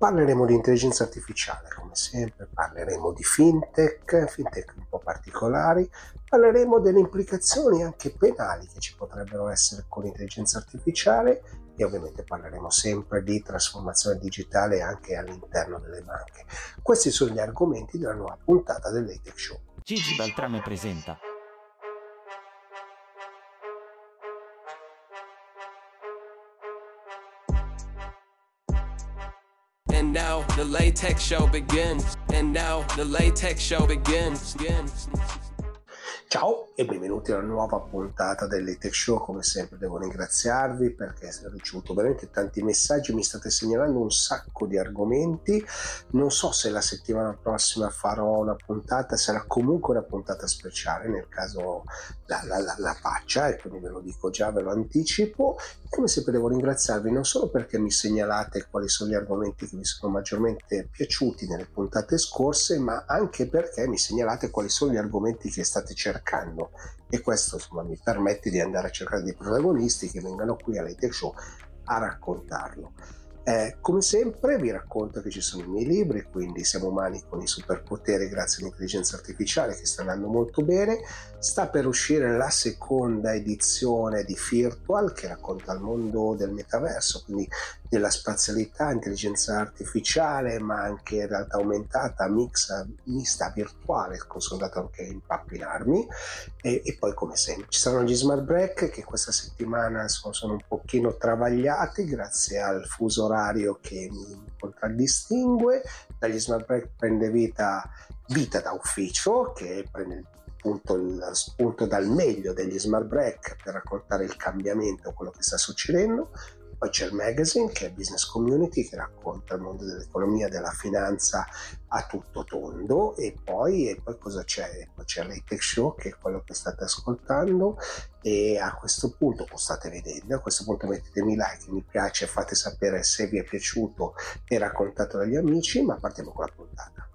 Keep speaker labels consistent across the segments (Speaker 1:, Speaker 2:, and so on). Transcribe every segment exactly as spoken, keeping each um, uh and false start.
Speaker 1: Parleremo di intelligenza artificiale, come sempre, parleremo di fintech, fintech un po' particolari, parleremo delle implicazioni anche penali che ci potrebbero essere con l'intelligenza artificiale e ovviamente parleremo sempre di trasformazione digitale anche all'interno delle banche. Questi sono gli argomenti della nuova puntata dell'A-Tech Show.
Speaker 2: Gigi Baltrame presenta.
Speaker 3: And now the LaTeX Show begins. And now the LaTeX Show begins. begins.
Speaker 1: Ciao e benvenuti alla nuova puntata dell'A-Tech Show. Come sempre devo ringraziarvi perché ho ricevuto veramente tanti messaggi, mi state segnalando un sacco di argomenti. Non so se la settimana prossima farò una puntata, sarà comunque una puntata speciale, nel caso la, la, la, la faccia, e quindi ve lo dico già, ve lo anticipo. Come sempre devo ringraziarvi non solo perché mi segnalate quali sono gli argomenti che vi sono maggiormente piaciuti nelle puntate scorse, ma anche perché mi segnalate quali sono gli argomenti che state cercando. E questo insomma mi permette di andare a cercare dei protagonisti che vengano qui all'A-Tech Show a raccontarlo. Eh, come sempre vi racconto che ci sono i miei libri, quindi Siamo umani con i superpoteri grazie all'intelligenza artificiale, che sta andando molto bene. Sta per uscire la seconda edizione di Virtual, che racconta il mondo del metaverso, quindi della spazialità, intelligenza artificiale, ma anche realtà aumentata, mix, mista virtuale, sono andato anche a impappinarmi. E, e poi come sempre ci saranno gli smart break che questa settimana sono, sono un pochino travagliati grazie al fuso orario che mi contraddistingue. Dagli smart break prende vita vita da ufficio, che prende appunto il spunto dal meglio degli smart break per raccontare il cambiamento, quello che sta succedendo. Poi c'è il magazine, che è Business Community, che racconta il mondo dell'economia, della finanza a tutto tondo. E poi, e poi cosa c'è? Poi c'è l'A-Tech Show, che è quello che state ascoltando, e a questo punto, o state vedendo, a questo punto mettetemi like, mi piace, fate sapere se vi è piaciuto e raccontato dagli amici, ma partiamo con la puntata.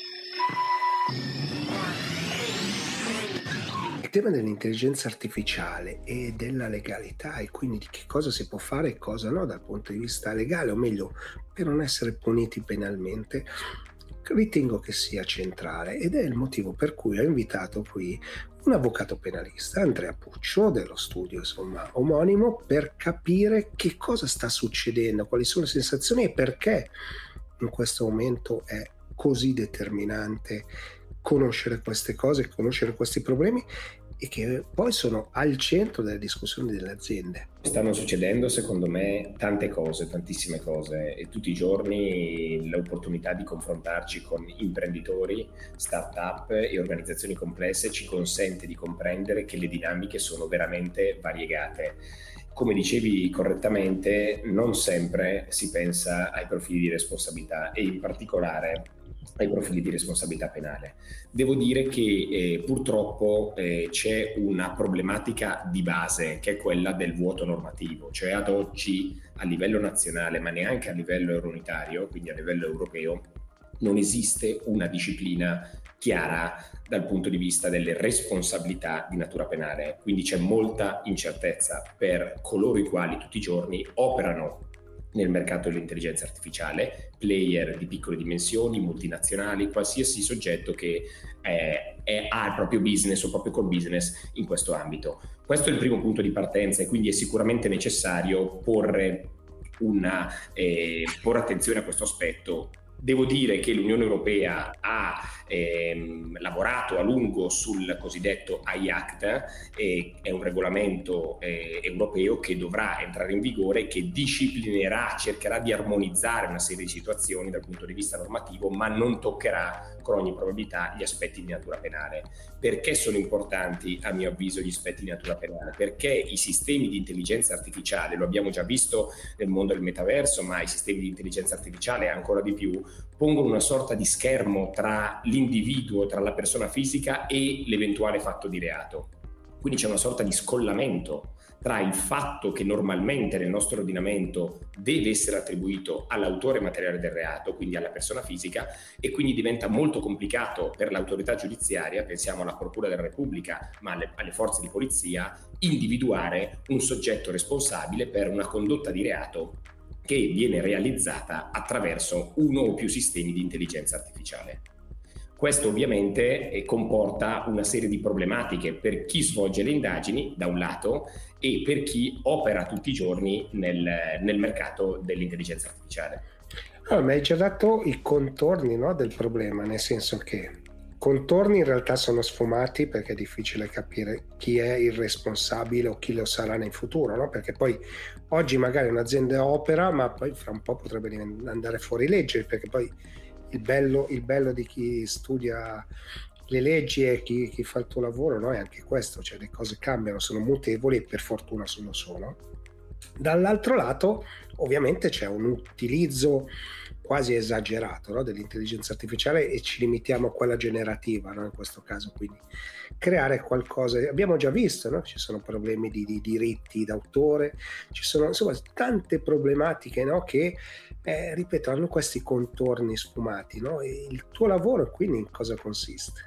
Speaker 1: Il tema dell'intelligenza artificiale e della legalità, e quindi di che cosa si può fare e cosa no dal punto di vista legale, o meglio per non essere puniti penalmente, ritengo che sia centrale, ed è il motivo per cui ho invitato qui un avvocato penalista, Andrea Puccio, dello studio insomma omonimo, per capire che cosa sta succedendo, quali sono le sensazioni e perché in questo momento è così determinante conoscere queste cose, conoscere questi problemi, e che poi sono al centro delle discussioni delle aziende.
Speaker 4: Stanno succedendo secondo me tante cose, tantissime cose, e tutti i giorni l'opportunità di confrontarci con imprenditori, start-up e organizzazioni complesse ci consente di comprendere che le dinamiche sono veramente variegate. Come dicevi correttamente, non sempre si pensa ai profili di responsabilità e in particolare ai profili di responsabilità penale. Devo dire che eh, purtroppo eh, c'è una problematica di base, che è quella del vuoto normativo, cioè ad oggi a livello nazionale, ma neanche a livello eurounitario, quindi a livello europeo, non esiste una disciplina chiara dal punto di vista delle responsabilità di natura penale, quindi c'è molta incertezza per coloro i quali tutti i giorni operano nel mercato dell'intelligenza artificiale, player di piccole dimensioni, multinazionali, qualsiasi soggetto che è, è, ha il proprio business o il proprio core business in questo ambito. Questo è il primo punto di partenza, e quindi è sicuramente necessario porre, una, eh, porre attenzione a questo aspetto. Devo dire che l'Unione Europea ha ehm, lavorato a lungo sul cosiddetto A I Act, eh, è un regolamento eh, europeo che dovrà entrare in vigore, che disciplinerà, cercherà di armonizzare una serie di situazioni dal punto di vista normativo, ma non toccherà con ogni probabilità gli aspetti di natura penale. Perché sono importanti, a mio avviso, gli aspetti di natura penale? Perché i sistemi di intelligenza artificiale, lo abbiamo già visto nel mondo del metaverso, ma i sistemi di intelligenza artificiale ancora di più, pongono una sorta di schermo tra l'individuo, tra la persona fisica e l'eventuale fatto di reato. Quindi c'è una sorta di scollamento tra il fatto che normalmente nel nostro ordinamento deve essere attribuito all'autore materiale del reato, quindi alla persona fisica, e quindi diventa molto complicato per l'autorità giudiziaria, pensiamo alla Procura della Repubblica, ma alle, alle forze di polizia, individuare un soggetto responsabile per una condotta di reato che viene realizzata attraverso uno o più sistemi di intelligenza artificiale. Questo ovviamente eh, comporta una serie di problematiche per chi svolge le indagini da un lato e per chi opera tutti i giorni nel, nel mercato dell'intelligenza artificiale.
Speaker 1: Allora, mi hai già dato i contorni, no, del problema, nel senso che i contorni in realtà sono sfumati perché è difficile capire chi è il responsabile o chi lo sarà nel futuro, no? Perché poi oggi magari un'azienda opera, ma poi fra un po' potrebbe andare fuori legge, perché poi il bello, il bello di chi studia le leggi e chi, chi fa il tuo lavoro, no? È anche questo, cioè le cose cambiano, sono mutevoli e per fortuna sono solo. Dall'altro lato ovviamente c'è un utilizzo quasi esagerato, no, dell'intelligenza artificiale e ci limitiamo a quella generativa, no, in questo caso, quindi creare qualcosa. Abbiamo già visto, no? Ci sono problemi di, di diritti d'autore, ci sono insomma tante problematiche, no, che eh, ripeto hanno questi contorni sfumati, no? E il tuo lavoro quindi in cosa consiste?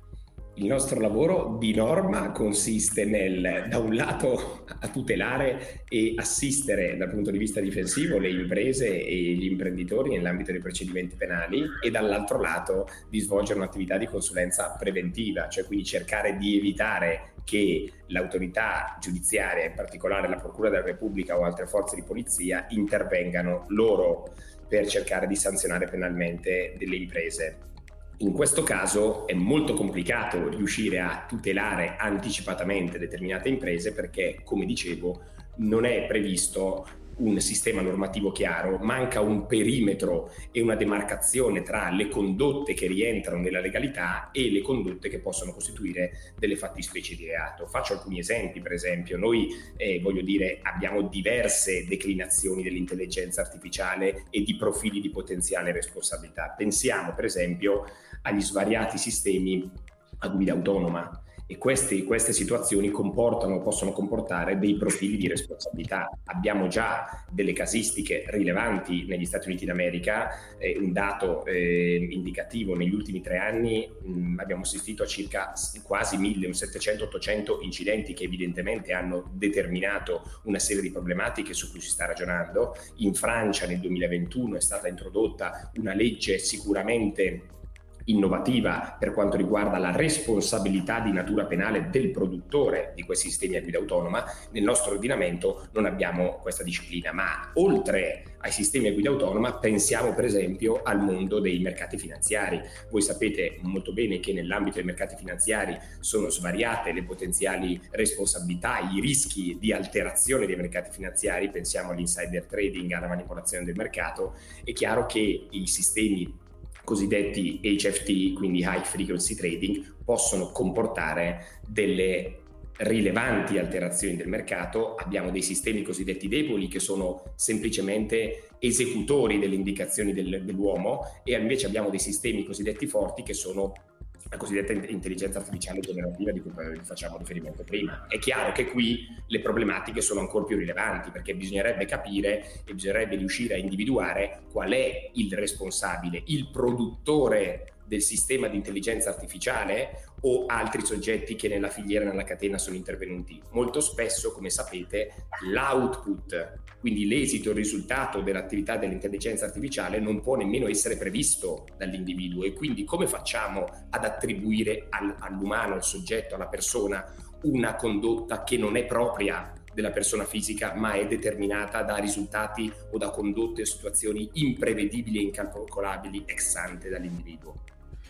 Speaker 4: Il nostro lavoro di norma consiste nel, da un lato, a tutelare e assistere dal punto di vista difensivo le imprese e gli imprenditori nell'ambito dei procedimenti penali e dall'altro lato di svolgere un'attività di consulenza preventiva, cioè quindi cercare di evitare che l'autorità giudiziaria, in particolare la Procura della Repubblica o altre forze di polizia, intervengano loro per cercare di sanzionare penalmente delle imprese. In questo caso è molto complicato riuscire a tutelare anticipatamente determinate imprese perché, come dicevo, non è previsto un sistema normativo chiaro, manca un perimetro e una demarcazione tra le condotte che rientrano nella legalità e le condotte che possono costituire delle fattispecie di reato. Faccio alcuni esempi, per esempio, noi eh, voglio dire abbiamo diverse declinazioni dell'intelligenza artificiale e di profili di potenziale responsabilità. Pensiamo, per esempio, agli svariati sistemi a guida autonoma. E queste, queste situazioni comportano, possono comportare dei profili di responsabilità. Abbiamo già delle casistiche rilevanti negli Stati Uniti d'America, eh, un dato eh, indicativo: negli ultimi tre anni mh, abbiamo assistito a circa quasi mille, settecento ottocento incidenti che evidentemente hanno determinato una serie di problematiche su cui si sta ragionando. In Francia nel duemilaventuno è stata introdotta una legge sicuramente innovativa per quanto riguarda la responsabilità di natura penale del produttore di questi sistemi a guida autonoma. Nel nostro ordinamento non abbiamo questa disciplina, ma oltre ai sistemi a guida autonoma pensiamo per esempio al mondo dei mercati finanziari. Voi sapete molto bene che nell'ambito dei mercati finanziari sono svariate le potenziali responsabilità, i rischi di alterazione dei mercati finanziari, pensiamo all'insider trading, alla manipolazione del mercato. È chiaro che i sistemi cosiddetti H F T, quindi High Frequency Trading, possono comportare delle rilevanti alterazioni del mercato. Abbiamo dei sistemi cosiddetti deboli che sono semplicemente esecutori delle indicazioni del, dell'uomo, e invece abbiamo dei sistemi cosiddetti forti che sono la cosiddetta intelligenza artificiale generativa di cui facciamo riferimento prima. È chiaro che qui le problematiche sono ancora più rilevanti, perché bisognerebbe capire e bisognerebbe riuscire a individuare qual è il responsabile, il produttore del sistema di intelligenza artificiale o altri soggetti che nella filiera, nella catena sono intervenuti. Molto spesso, come sapete, l'output, quindi l'esito, il risultato dell'attività dell'intelligenza artificiale non può nemmeno essere previsto dall'individuo, e quindi come facciamo ad attribuire al, all'umano, al soggetto, alla persona una condotta che non è propria della persona fisica ma è determinata da risultati o da condotte o situazioni imprevedibili e incalcolabili ex ante dall'individuo?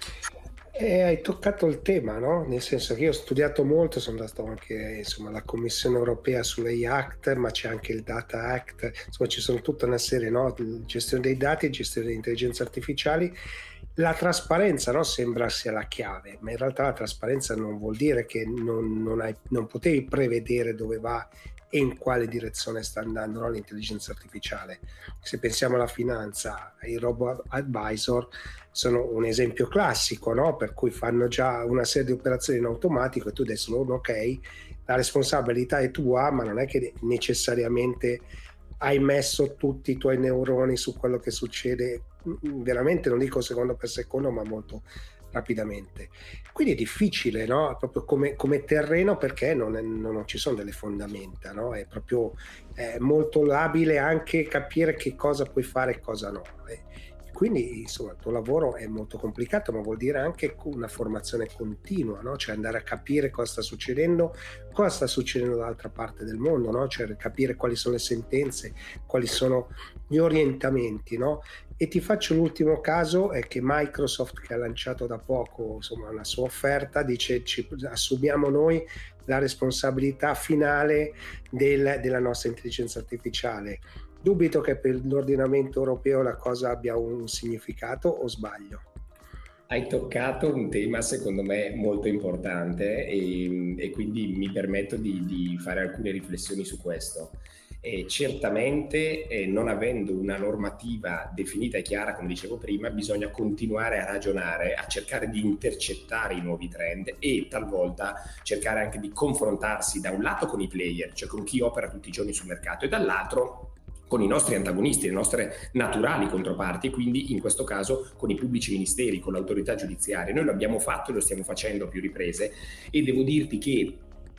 Speaker 1: E hai toccato il tema, no? Nel senso che io ho studiato molto, sono andato anche insomma alla Commissione Europea sulle Act, ma c'è anche il Data Act, insomma ci sono tutta una serie, no? Gestione dei dati, gestione delle intelligenze artificiali. La trasparenza, no? Sembra sia la chiave, ma in realtà la trasparenza non vuol dire che non, non, hai, non potevi prevedere dove va e in quale direzione sta andando, no? L'intelligenza artificiale. Se pensiamo alla finanza, i robot advisor sono un esempio classico, no? Per cui fanno già una serie di operazioni in automatico e tu adesso non ok, la responsabilità è tua, ma non è che necessariamente hai messo tutti i tuoi neuroni su quello che succede, veramente non dico secondo per secondo, ma molto rapidamente. Quindi è difficile, no? Proprio come, come terreno, perché non, è, non ci sono delle fondamenta, no? È proprio è molto labile anche capire che cosa puoi fare e cosa no. E quindi insomma il tuo lavoro è molto complicato, ma vuol dire anche una formazione continua, no? Cioè andare a capire cosa sta succedendo, cosa sta succedendo dall'altra parte del mondo, no? Cioè capire quali sono le sentenze, quali sono gli orientamenti, no? E ti faccio l'ultimo caso, è che Microsoft, che ha lanciato da poco insomma una sua offerta, dice ci assumiamo noi la responsabilità finale del, della nostra intelligenza artificiale. Dubito che per l'ordinamento europeo la cosa abbia un significato, o sbaglio?
Speaker 4: Hai toccato un tema secondo me molto importante e, e quindi mi permetto di, di fare alcune riflessioni su questo. E certamente eh, non avendo una normativa definita e chiara, come dicevo prima, bisogna continuare a ragionare, a cercare di intercettare i nuovi trend e talvolta cercare anche di confrontarsi da un lato con i player, cioè con chi opera tutti i giorni sul mercato, e dall'altro con i nostri antagonisti, le nostre naturali controparti, quindi in questo caso con i pubblici ministeri, con l'autorità giudiziaria. Noi lo abbiamo fatto e lo stiamo facendo a più riprese, e devo dirti che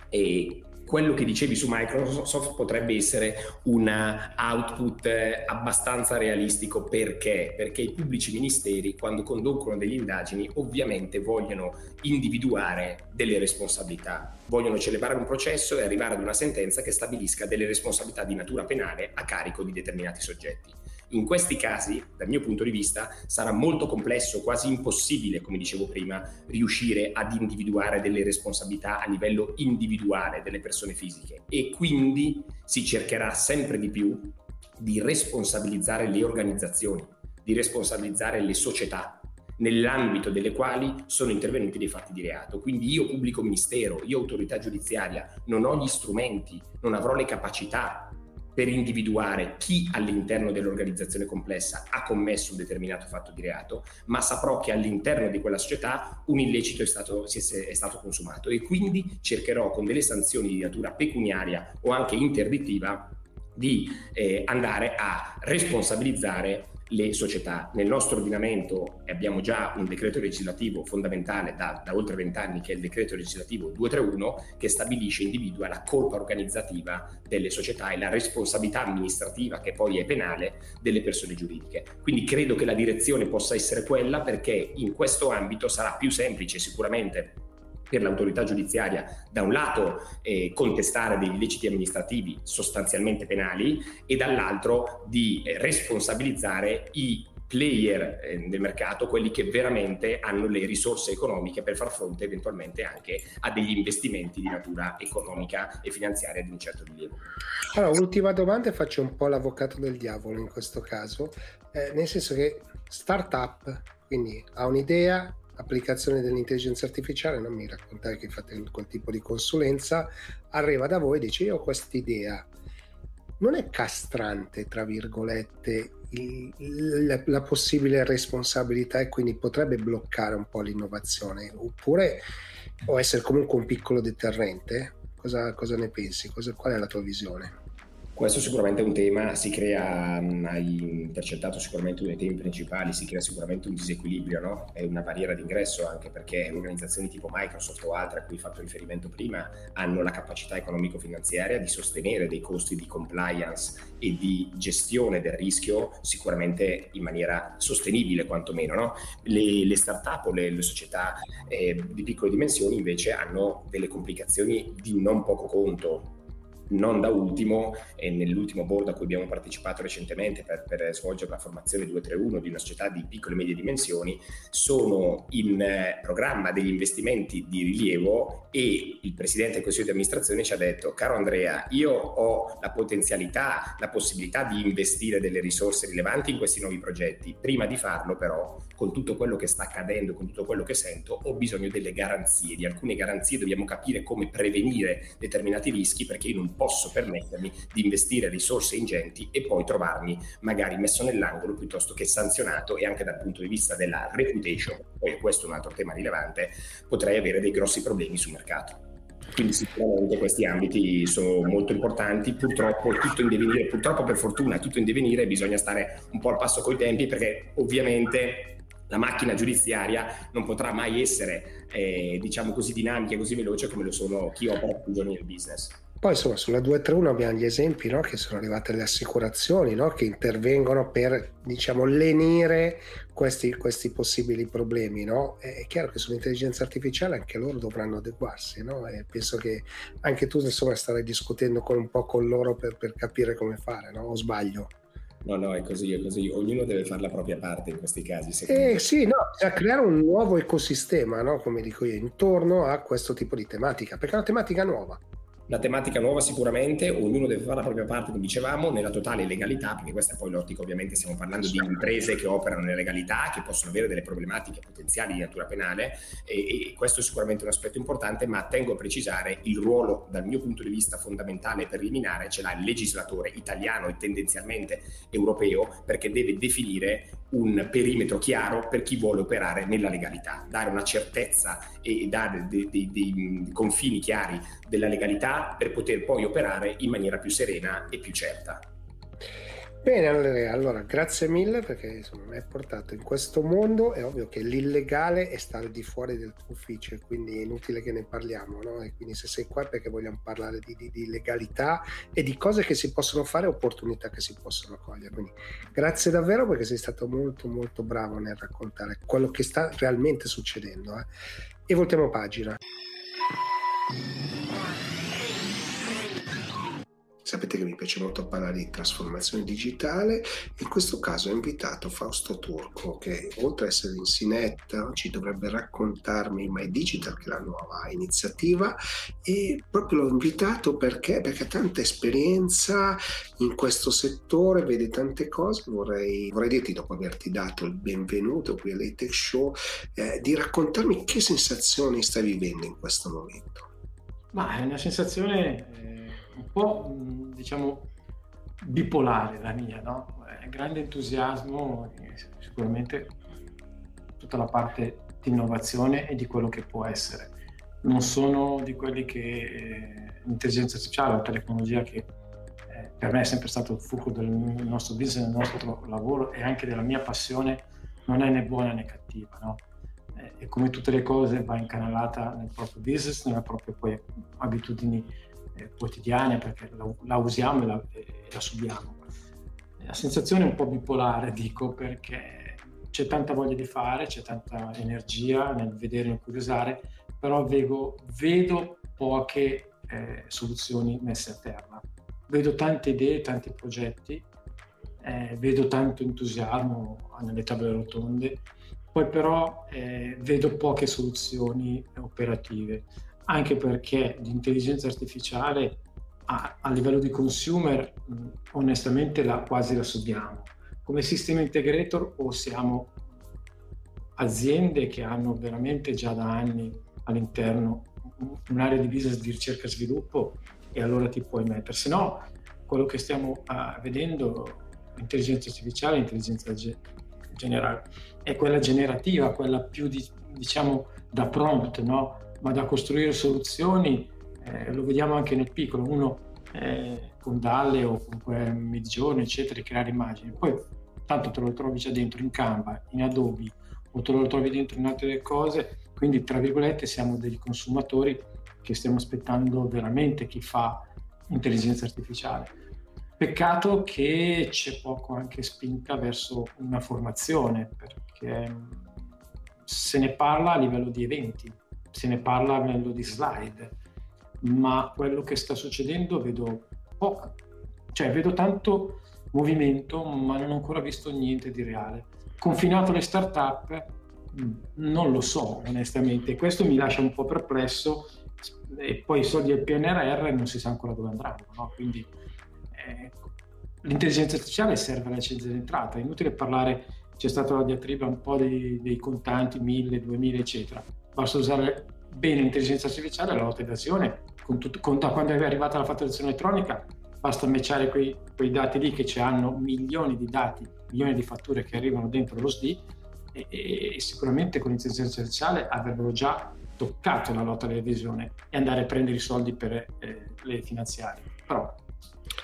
Speaker 4: eh, quello che dicevi su Microsoft potrebbe essere un output abbastanza realistico. Perché? Perché i pubblici ministeri, quando conducono delle indagini, ovviamente vogliono individuare delle responsabilità, vogliono celebrare un processo e arrivare ad una sentenza che stabilisca delle responsabilità di natura penale a carico di determinati soggetti. In questi casi, dal mio punto di vista, sarà molto complesso, quasi impossibile, come dicevo prima, riuscire ad individuare delle responsabilità a livello individuale delle persone fisiche, e quindi si cercherà sempre di più di responsabilizzare le organizzazioni, di responsabilizzare le società nell'ambito delle quali sono intervenuti dei fatti di reato. Quindi io pubblico ministero, io autorità giudiziaria, non ho gli strumenti, non avrò le capacità per individuare chi all'interno dell'organizzazione complessa ha commesso un determinato fatto di reato, ma saprò che all'interno di quella società un illecito è stato, è stato consumato, e quindi cercherò con delle sanzioni di natura pecuniaria o anche interdittiva di eh, andare a responsabilizzare le società. Nel nostro ordinamento abbiamo già un decreto legislativo fondamentale da, da oltre vent'anni, che è il decreto legislativo duecentotrentuno, che stabilisce e individua la colpa organizzativa delle società e la responsabilità amministrativa, che poi è penale, delle persone giuridiche. Quindi credo che la direzione possa essere quella, perché in questo ambito sarà più semplice sicuramente per l'autorità giudiziaria da un lato eh, contestare degli illeciti amministrativi sostanzialmente penali, e dall'altro di eh, responsabilizzare i player eh, del mercato, quelli che veramente hanno le risorse economiche per far fronte eventualmente anche a degli investimenti di natura economica e finanziaria di un certo rilievo.
Speaker 1: Allora, ultima domanda, e faccio un po' l'avvocato del diavolo in questo caso, eh, nel senso che startup, quindi ha un'idea, applicazione dell'intelligenza artificiale, non mi raccontare che fate quel tipo di consulenza, arriva da voi e dice io ho quest'idea. Non è castrante, tra virgolette, il, la, la possibile responsabilità, e quindi potrebbe bloccare un po' l'innovazione, oppure può essere comunque un piccolo deterrente? Cosa, cosa ne pensi? Cosa, qual è la tua visione?
Speaker 4: Questo sicuramente è un tema, si crea, hai intercettato sicuramente uno dei temi principali, si crea sicuramente un disequilibrio, no? È una barriera d'ingresso, anche perché organizzazioni tipo Microsoft o altre a cui hai fatto riferimento prima hanno la capacità economico-finanziaria di sostenere dei costi di compliance e di gestione del rischio sicuramente in maniera sostenibile, quantomeno, no? Le, le start-up o le, le società eh, di piccole dimensioni invece hanno delle complicazioni di non poco conto. Non da ultimo, e nell'ultimo board a cui abbiamo partecipato recentemente per, per svolgere la formazione duecentotrentuno di una società di piccole e medie dimensioni, sono in eh, programma degli investimenti di rilievo, e il presidente del consiglio di amministrazione ci ha detto: caro Andrea, io ho la potenzialità, la possibilità di investire delle risorse rilevanti in questi nuovi progetti. Prima di farlo però, con tutto quello che sta accadendo, con tutto quello che sento, ho bisogno delle garanzie, di alcune garanzie. Dobbiamo capire come prevenire determinati rischi, perché io non posso permettermi di investire risorse ingenti e poi trovarmi magari messo nell'angolo piuttosto che sanzionato, e anche dal punto di vista della reputation, poi questo è un altro tema rilevante, potrei avere dei grossi problemi sul mercato. Quindi sicuramente questi ambiti sono molto importanti. Purtroppo tutto in divenire, purtroppo per fortuna tutto in divenire, bisogna stare un po' al passo coi tempi, perché ovviamente la macchina giudiziaria non potrà mai essere eh, diciamo così dinamica e così veloce come lo sono chi opera più giorni nel business.
Speaker 1: Poi insomma sulla due tre uno abbiamo gli esempi, no? Che sono arrivate le assicurazioni, no? Che intervengono per, diciamo, lenire questi, questi possibili problemi, no? È chiaro che sull'intelligenza artificiale anche loro dovranno adeguarsi, no? E penso che anche tu insomma starai discutendo con, un po' con loro per, per capire come fare, no? O sbaglio?
Speaker 4: No, no, è così, è così. Ognuno deve fare la propria parte in questi casi.
Speaker 1: Eh, sì, no, bisogna creare un nuovo ecosistema, no? Come dico io, intorno a questo tipo di tematica, perché è una tematica nuova.
Speaker 4: Una tematica nuova sicuramente, ognuno deve fare la propria parte, come dicevamo, nella totale legalità, perché questa è poi l'ottica, ovviamente stiamo parlando di imprese che operano nella legalità, che possono avere delle problematiche potenziali di natura penale, e, e questo è sicuramente un aspetto importante, ma tengo a precisare il ruolo, dal mio punto di vista fondamentale, preliminare, ce l'ha il legislatore italiano e tendenzialmente europeo, perché deve definire un perimetro chiaro per chi vuole operare nella legalità, dare una certezza e dare dei, dei, dei confini chiari della legalità per poter poi operare in maniera più serena e più certa.
Speaker 1: Bene, allora, allora grazie mille, perché insomma mi hai portato in questo mondo. È ovvio che l'illegale è sta al di fuori del tuo ufficio, quindi è inutile che ne parliamo, no? E quindi se sei qua è perché vogliamo parlare di, di, di legalità e di cose che si possono fare, opportunità che si possono cogliere. Quindi grazie davvero, perché sei stato molto molto bravo nel raccontare quello che sta realmente succedendo, eh? E voltiamo pagina. Sapete che mi piace molto parlare di trasformazione digitale, in questo caso ho invitato Fausto Turco, che oltre ad essere in Sinetta ci dovrebbe raccontarmi My Digital, che è la nuova iniziativa, e proprio l'ho invitato perché, perché ha tanta esperienza in questo settore, vede tante cose. Vorrei, vorrei dirti, dopo averti dato il benvenuto qui all'E-Tech Show, eh, di raccontarmi che sensazioni stai vivendo in questo momento.
Speaker 5: Ma è una sensazione eh, un po' diciamo bipolare la mia, no? Eh, grande entusiasmo, eh, sicuramente tutta la parte di innovazione e di quello che può essere. Non sono di quelli che eh, l'intelligenza artificiale o tecnologia, che eh, per me è sempre stato il fulcro del nostro business, del nostro lavoro e anche della mia passione, non è né buona né cattiva, no? E come tutte le cose va incanalata nel proprio business, nelle proprie poi abitudini eh, quotidiane, perché la, la usiamo e la, e la subiamo. La sensazione è un po' bipolare, dico, perché c'è tanta voglia di fare, c'è tanta energia nel vedere e nel curiosare, però vedo, vedo poche eh, soluzioni messe a terra. Vedo tante idee, tanti progetti, eh, vedo tanto entusiasmo nelle tavole rotonde, poi però eh, vedo poche soluzioni operative, anche perché l'intelligenza artificiale a, a livello di consumer mh, onestamente la, quasi la subiamo. Come sistema integrator o siamo aziende che hanno veramente già da anni all'interno un'area di business di ricerca e sviluppo, e allora ti puoi mettere. Se no, quello che stiamo uh, vedendo, l'intelligenza artificiale, l'intelligenza ge- generale, è quella generativa, quella più di, diciamo da prompt, no? Ma da costruire soluzioni, eh, lo vediamo anche nel piccolo, uno eh, con Dalle o con Midjourney eccetera, creare immagini, poi tanto te lo trovi già dentro in Canva, in Adobe, o te lo trovi dentro in altre cose, quindi tra virgolette siamo degli consumatori che stiamo aspettando veramente chi fa intelligenza artificiale. Peccato che c'è poco anche spinta verso una formazione, perché se ne parla a livello di eventi, se ne parla a livello di slide, ma quello che sta succedendo vedo poco, cioè vedo tanto movimento, ma non ho ancora visto niente di reale. Confinato alle start-up, non lo so onestamente, questo mi lascia un po' perplesso, e poi i soldi del P N R R non si sa ancora dove andranno, no? Quindi eh, l'intelligenza artificiale serve alla licenza d'entrata, è inutile parlare, c'è stata la diatriba un po' dei, dei contanti, mille, duemila eccetera, basta usare bene l'intelligenza artificiale, la lotta evasione, con tut- con, da quando è arrivata la fatturazione elettronica basta matchare quei, quei dati lì che ci hanno milioni di dati, milioni di fatture che arrivano dentro lo S D I, e, e, e sicuramente con l'intelligenza artificiale avrebbero già toccato la lotta all'evasione e andare a prendere i soldi per eh, le finanziarie. Però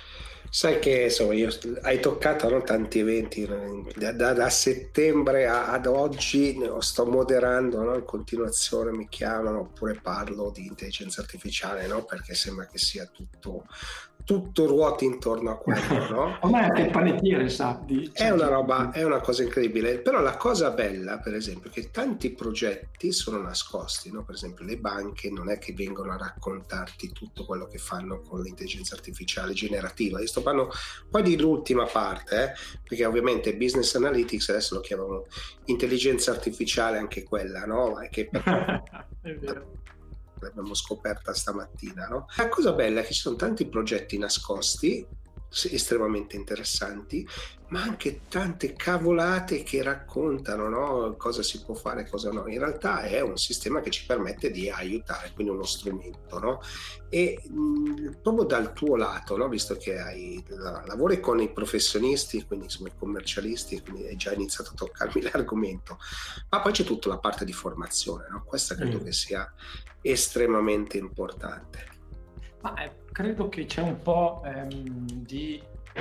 Speaker 1: Sai che insomma, io, hai toccato, no, tanti eventi da, da, da settembre a, ad oggi, sto moderando, no, in continuazione mi chiamano oppure parlo di intelligenza artificiale, no, perché sembra che sia tutto tutto ruoti intorno a quello, no?
Speaker 5: Ormai anche il panettiere sa di...
Speaker 1: È una roba, è una cosa incredibile, però la cosa bella, per esempio, è che tanti progetti sono nascosti, no? Per esempio le banche non è che vengono a raccontarti tutto quello che fanno con l'intelligenza artificiale generativa. Io sto parlando poi dell'ultima parte, eh? Perché ovviamente business analytics adesso lo chiamano intelligenza artificiale anche quella, no? È che per...
Speaker 5: È vero.
Speaker 1: L'abbiamo scoperta stamattina, no? La cosa bella è che ci sono tanti progetti nascosti, estremamente interessanti, ma anche tante cavolate che raccontano, no? Cosa si può fare e cosa no. In realtà è un sistema che ci permette di aiutare, quindi uno strumento, no? E mh, proprio dal tuo lato, no? Visto che hai, la, lavori con i professionisti, quindi insomma i commercialisti, quindi hai già iniziato a toccarmi l'argomento, ma poi c'è tutta la parte di formazione, no? Questa credo mm. che sia estremamente importante.
Speaker 5: Ma eh, credo che c'è un po' ehm, di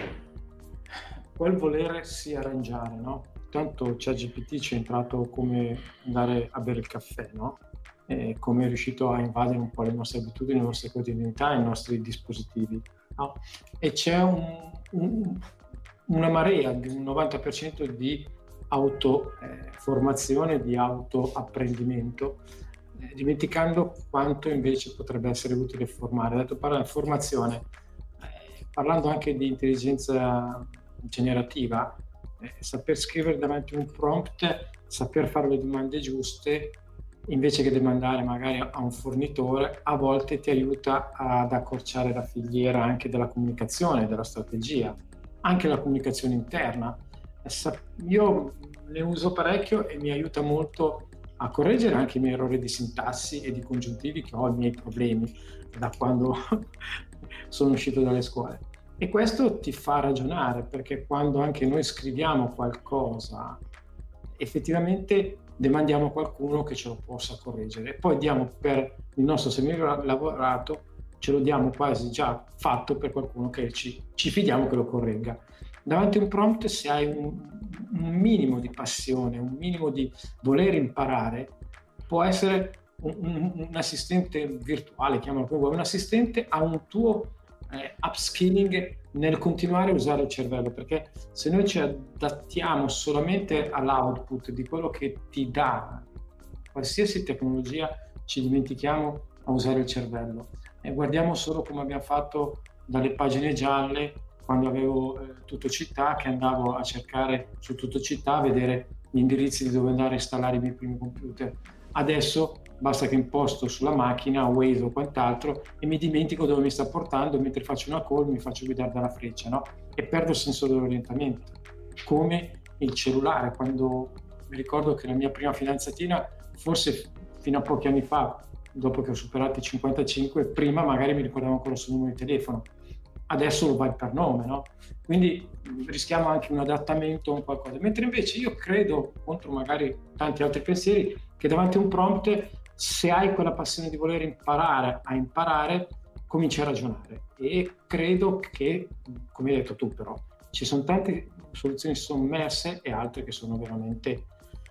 Speaker 5: quel volersi arrangiare, no? Tanto ChatGPT ci è entrato come andare a bere il caffè, no? E come è riuscito a invadere un po' le nostre abitudini, le nostre quotidianità, i nostri dispositivi, no? E c'è un, un, una marea di un novanta per cento di autoformazione, eh, di autoapprendimento, eh, dimenticando quanto invece potrebbe essere utile formare. Detto parlando di formazione, eh, parlando anche di intelligenza generativa, eh, saper scrivere davanti a un prompt, saper fare le domande giuste, invece che demandare magari a un fornitore, a volte ti aiuta ad accorciare la filiera anche della comunicazione, della strategia, anche la comunicazione interna. Io ne uso parecchio e mi aiuta molto a correggere anche i miei errori di sintassi e di congiuntivi che ho, i miei problemi da quando sono uscito dalle scuole. E questo ti fa ragionare, perché quando anche noi scriviamo qualcosa, effettivamente demandiamo a qualcuno che ce lo possa correggere e poi diamo per il nostro semilavorato, ce lo diamo quasi già fatto per qualcuno che ci, ci fidiamo che lo corregga. Davanti a un prompt, se hai un, un minimo di passione, un minimo di voler imparare, può essere un, un, un assistente virtuale, chiamalo come vuoi, un assistente a un tuo eh, upskilling nel continuare a usare il cervello, perché se noi ci adattiamo solamente all'output di quello che ti dà qualsiasi tecnologia, ci dimentichiamo a usare il cervello e guardiamo solo come abbiamo fatto dalle pagine gialle quando avevo eh, Tutto Città, che andavo a cercare su Tutto Città a vedere gli indirizzi di dove andare a installare i miei primi computer. Adesso basta che imposto sulla macchina Waze o quant'altro e mi dimentico dove mi sta portando, mentre faccio una call mi faccio guidare dalla freccia, no? E perdo il senso dell'orientamento, come il cellulare. Quando mi ricordo che la mia prima fidanzatina, forse fino a pochi anni fa, dopo che ho superato i cinquantacinque, prima magari mi ricordavo ancora il suo numero di telefono, adesso lo vai per nome, no? Quindi rischiamo anche un adattamento a un qualcosa, mentre invece io credo, contro magari tanti altri pensieri, che davanti a un prompt, se hai quella passione di voler imparare a imparare, cominci a ragionare. E credo che, come hai detto tu però, ci sono tante soluzioni sommerse e altre che sono veramente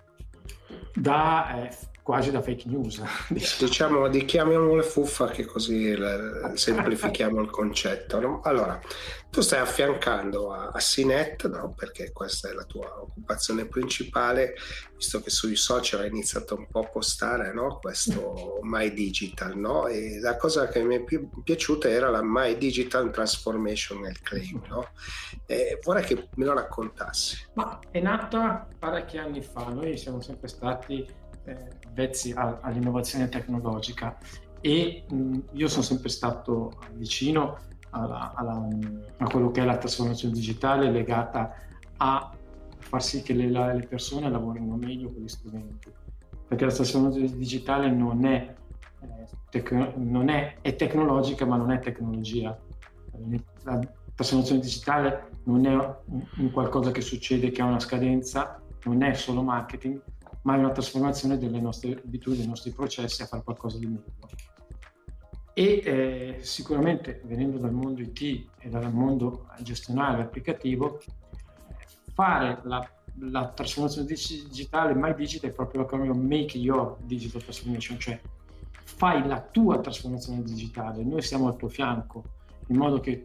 Speaker 5: da eh, quasi da fake news.
Speaker 1: Diciamo, chiamiamole fuffa, che così le, semplifichiamo il concetto, no? Allora, tu stai affiancando a, a C net, no? Perché questa è la tua occupazione principale, visto che sui social hai iniziato un po' a postare, no? Questo My Digital, no? E la cosa che mi è più piaciuta era la My Digital Transformational Claim, no? E vorrei che me lo raccontassi.
Speaker 5: Ma è nata parecchi anni fa, noi siamo sempre stati Eh, vezzi a, all'innovazione tecnologica e mh, io sono sempre stato vicino alla, alla, a quello che è la trasformazione digitale legata a far sì che le, le persone lavorino meglio con gli strumenti, perché la trasformazione digitale non è, eh, tec- non è, è tecnologica ma non è tecnologia. La trasformazione digitale non è un, un qualcosa che succede che ha una scadenza, non è solo marketing, ma è una trasformazione delle nostre abitudini, dei nostri processi a fare qualcosa di meglio. e eh, sicuramente venendo dal mondo I T e dal mondo gestionale applicativo, fare la, la trasformazione digitale, My Digital è proprio l'acronimo Make Your Digital Transformation, cioè fai la tua trasformazione digitale, noi siamo al tuo fianco, in modo che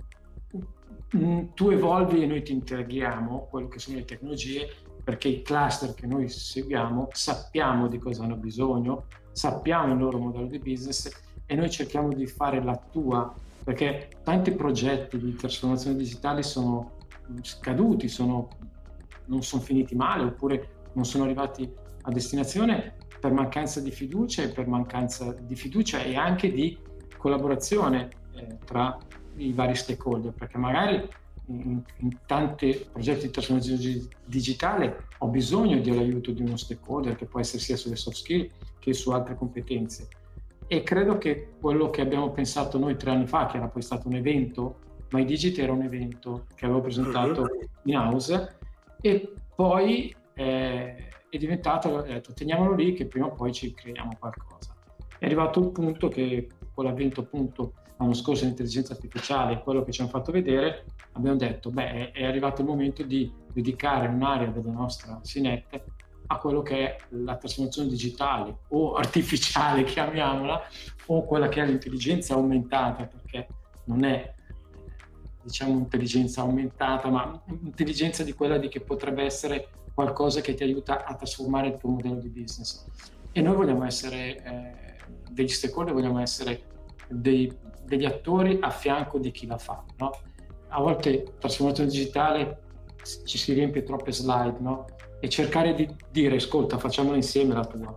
Speaker 5: tu evolvi e noi ti integriamo quello che sono le tecnologie, perché i cluster che noi seguiamo sappiamo di cosa hanno bisogno, sappiamo il loro modello di business e noi cerchiamo di fare la tua, perché tanti progetti di trasformazione digitale sono scaduti, sono, non sono finiti male, oppure non sono arrivati a destinazione per mancanza di fiducia e per mancanza di fiducia e anche di collaborazione eh, tra i vari stakeholder, perché magari in, in tanti progetti di trasformazione digitale ho bisogno dell'aiuto di uno stakeholder, che può essere sia sulle soft skill che su altre competenze, e credo che quello che abbiamo pensato noi tre anni fa, che era poi stato un evento, My Digital era un evento che avevo presentato in house, e poi eh, è diventato, ho detto teniamolo lì che prima o poi ci creiamo qualcosa. È arrivato il punto che con l'avvento appunto l'anno scorso dell'intelligenza artificiale, quello che ci hanno fatto vedere, abbiamo detto beh è arrivato il momento di dedicare un'area della nostra Synette a quello che è la trasformazione digitale o artificiale, chiamiamola, o quella che è l'intelligenza aumentata, perché non è diciamo intelligenza aumentata, ma intelligenza di quella di che potrebbe essere qualcosa che ti aiuta a trasformare il tuo modello di business. E noi vogliamo essere eh, degli stakeholder, vogliamo essere dei, degli attori a fianco di chi la fa, no? A volte trasformazione digitale ci si riempie troppe slide, no? E cercare di dire ascolta, facciamola insieme la tua.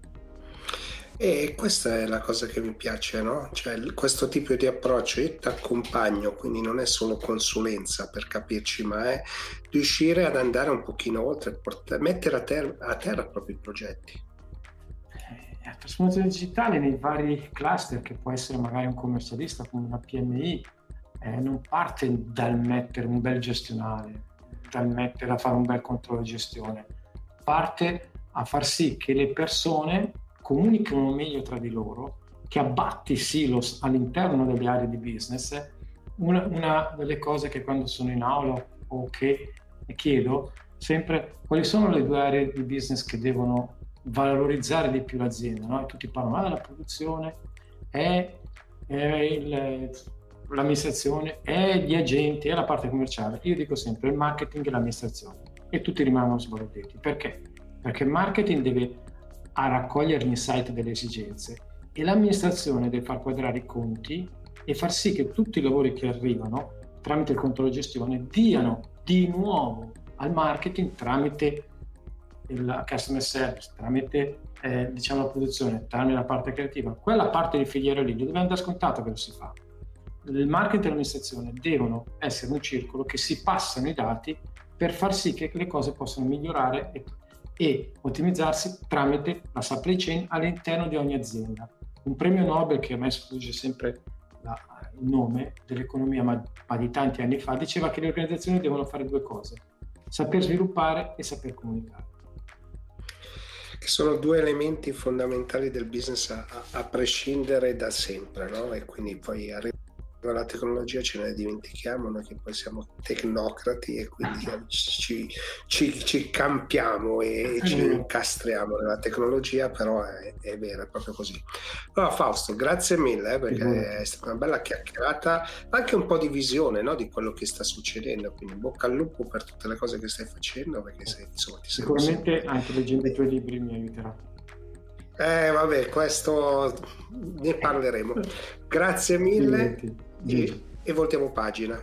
Speaker 1: E questa è la cosa che mi piace, no? Cioè questo tipo di approccio, io ti accompagno, quindi non è solo consulenza per capirci, ma è riuscire ad andare un pochino oltre, portare, mettere a, ter- a terra proprio i progetti.
Speaker 5: Eh, la trasformazione digitale nei vari cluster, che può essere magari un commercialista come una P M I, eh, non parte dal mettere un bel gestionale, dal mettere a fare un bel controllo di gestione, parte a far sì che le persone comunicano meglio tra di loro, che abbatti silos all'interno delle aree di business. Una, una delle cose che quando sono in aula o che chiedo sempre quali sono le due aree di business che devono valorizzare di più l'azienda, no? E tutti parlano della produzione, è, è il, l'amministrazione, è gli agenti, è la parte commerciale. Io dico sempre il marketing e l'amministrazione, e tutti rimangono sbalorditi. Perché? Perché il marketing deve a raccogliere gli insight delle esigenze e l'amministrazione deve far quadrare i conti e far sì che tutti i lavori che arrivano tramite il controllo di gestione diano di nuovo al marketing tramite il customer service, tramite eh, diciamo la produzione, tramite la parte creativa. Quella parte di filiera lì deve andare scontato che lo si fa. Il marketing e l'amministrazione devono essere un circolo che si passano i dati per far sì che le cose possano migliorare e e ottimizzarsi tramite la supply chain all'interno di ogni azienda. Un premio Nobel, che a me sfugge sempre la, il nome, dell'economia, ma, ma di tanti anni fa, diceva che le organizzazioni devono fare due cose: saper sviluppare e saper comunicare.
Speaker 1: Che sono due elementi fondamentali del business a, a prescindere da sempre, no? E quindi poi arriva la tecnologia, ce ne dimentichiamo noi che poi siamo tecnocrati e quindi ci, ci, ci campiamo e ci incastriamo nella tecnologia, però è, è vero, è proprio così. Allora Fausto, grazie mille eh, perché è stata una bella chiacchierata, anche un po' di visione, no, di quello che sta succedendo, quindi bocca al lupo per tutte le cose che stai facendo, perché sei, insomma, ti
Speaker 5: sicuramente anche leggendo i tuoi libri mi aiuterà.
Speaker 1: Eh vabbè, questo ne parleremo. Grazie mille e, e voltiamo pagina.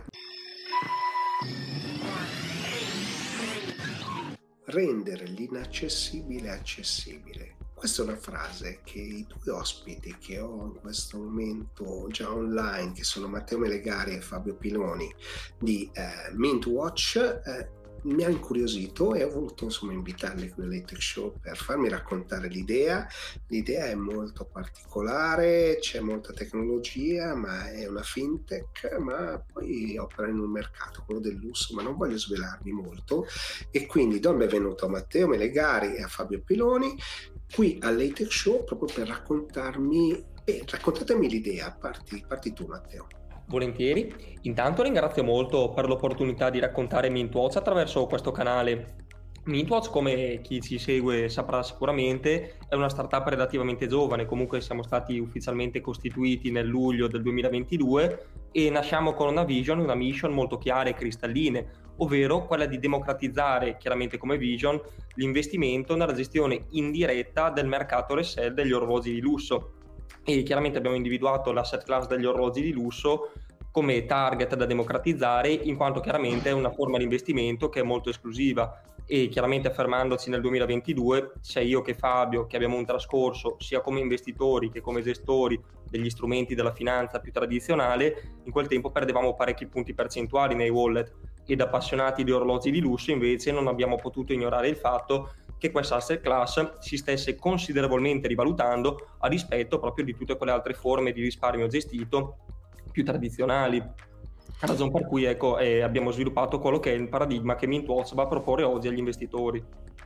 Speaker 1: Rendere l'inaccessibile accessibile. Questa è una frase che i due ospiti che ho in questo momento già online, che sono Matteo Melegari e Fabio Piloni di eh, Mintwatch, eh, mi ha incuriosito e ho voluto insomma invitarli qui alle Tech Show per farmi raccontare l'idea. L'idea è molto particolare, c'è molta tecnologia, ma è una fintech, ma poi opera in un mercato, quello del lusso, ma non voglio svelarvi molto. E quindi do il benvenuto a Matteo Melegari e a Fabio Piloni qui alle Tech Show proprio per raccontarmi E raccontatemi l'idea, parti, parti tu Matteo.
Speaker 6: Volentieri. Intanto ringrazio molto per l'opportunità di raccontare Mintwatch attraverso questo canale. Mintwatch, come chi ci segue saprà sicuramente, è una startup relativamente giovane. Comunque siamo stati ufficialmente costituiti nel luglio del duemilaventidue e nasciamo con una vision, una mission molto chiare e cristalline, ovvero quella di democratizzare, chiaramente come vision, l'investimento nella gestione indiretta del mercato resell degli orologi di lusso. E chiaramente abbiamo individuato l'asset class degli orologi di lusso come target da democratizzare, in quanto chiaramente è una forma di investimento che è molto esclusiva. E chiaramente affermandoci nel duemilaventidue, sia io che Fabio, che abbiamo un trascorso sia come investitori che come gestori degli strumenti della finanza più tradizionale, in quel tempo perdevamo parecchi punti percentuali nei wallet, ed appassionati di orologi di lusso invece non abbiamo potuto ignorare il fatto che questa asset class si stesse considerevolmente rivalutando a dispetto proprio di tutte quelle altre forme di risparmio gestito più tradizionali. Ragion per cui ecco, eh, abbiamo sviluppato quello che è il paradigma che Mintwatch va a proporre oggi agli investitori.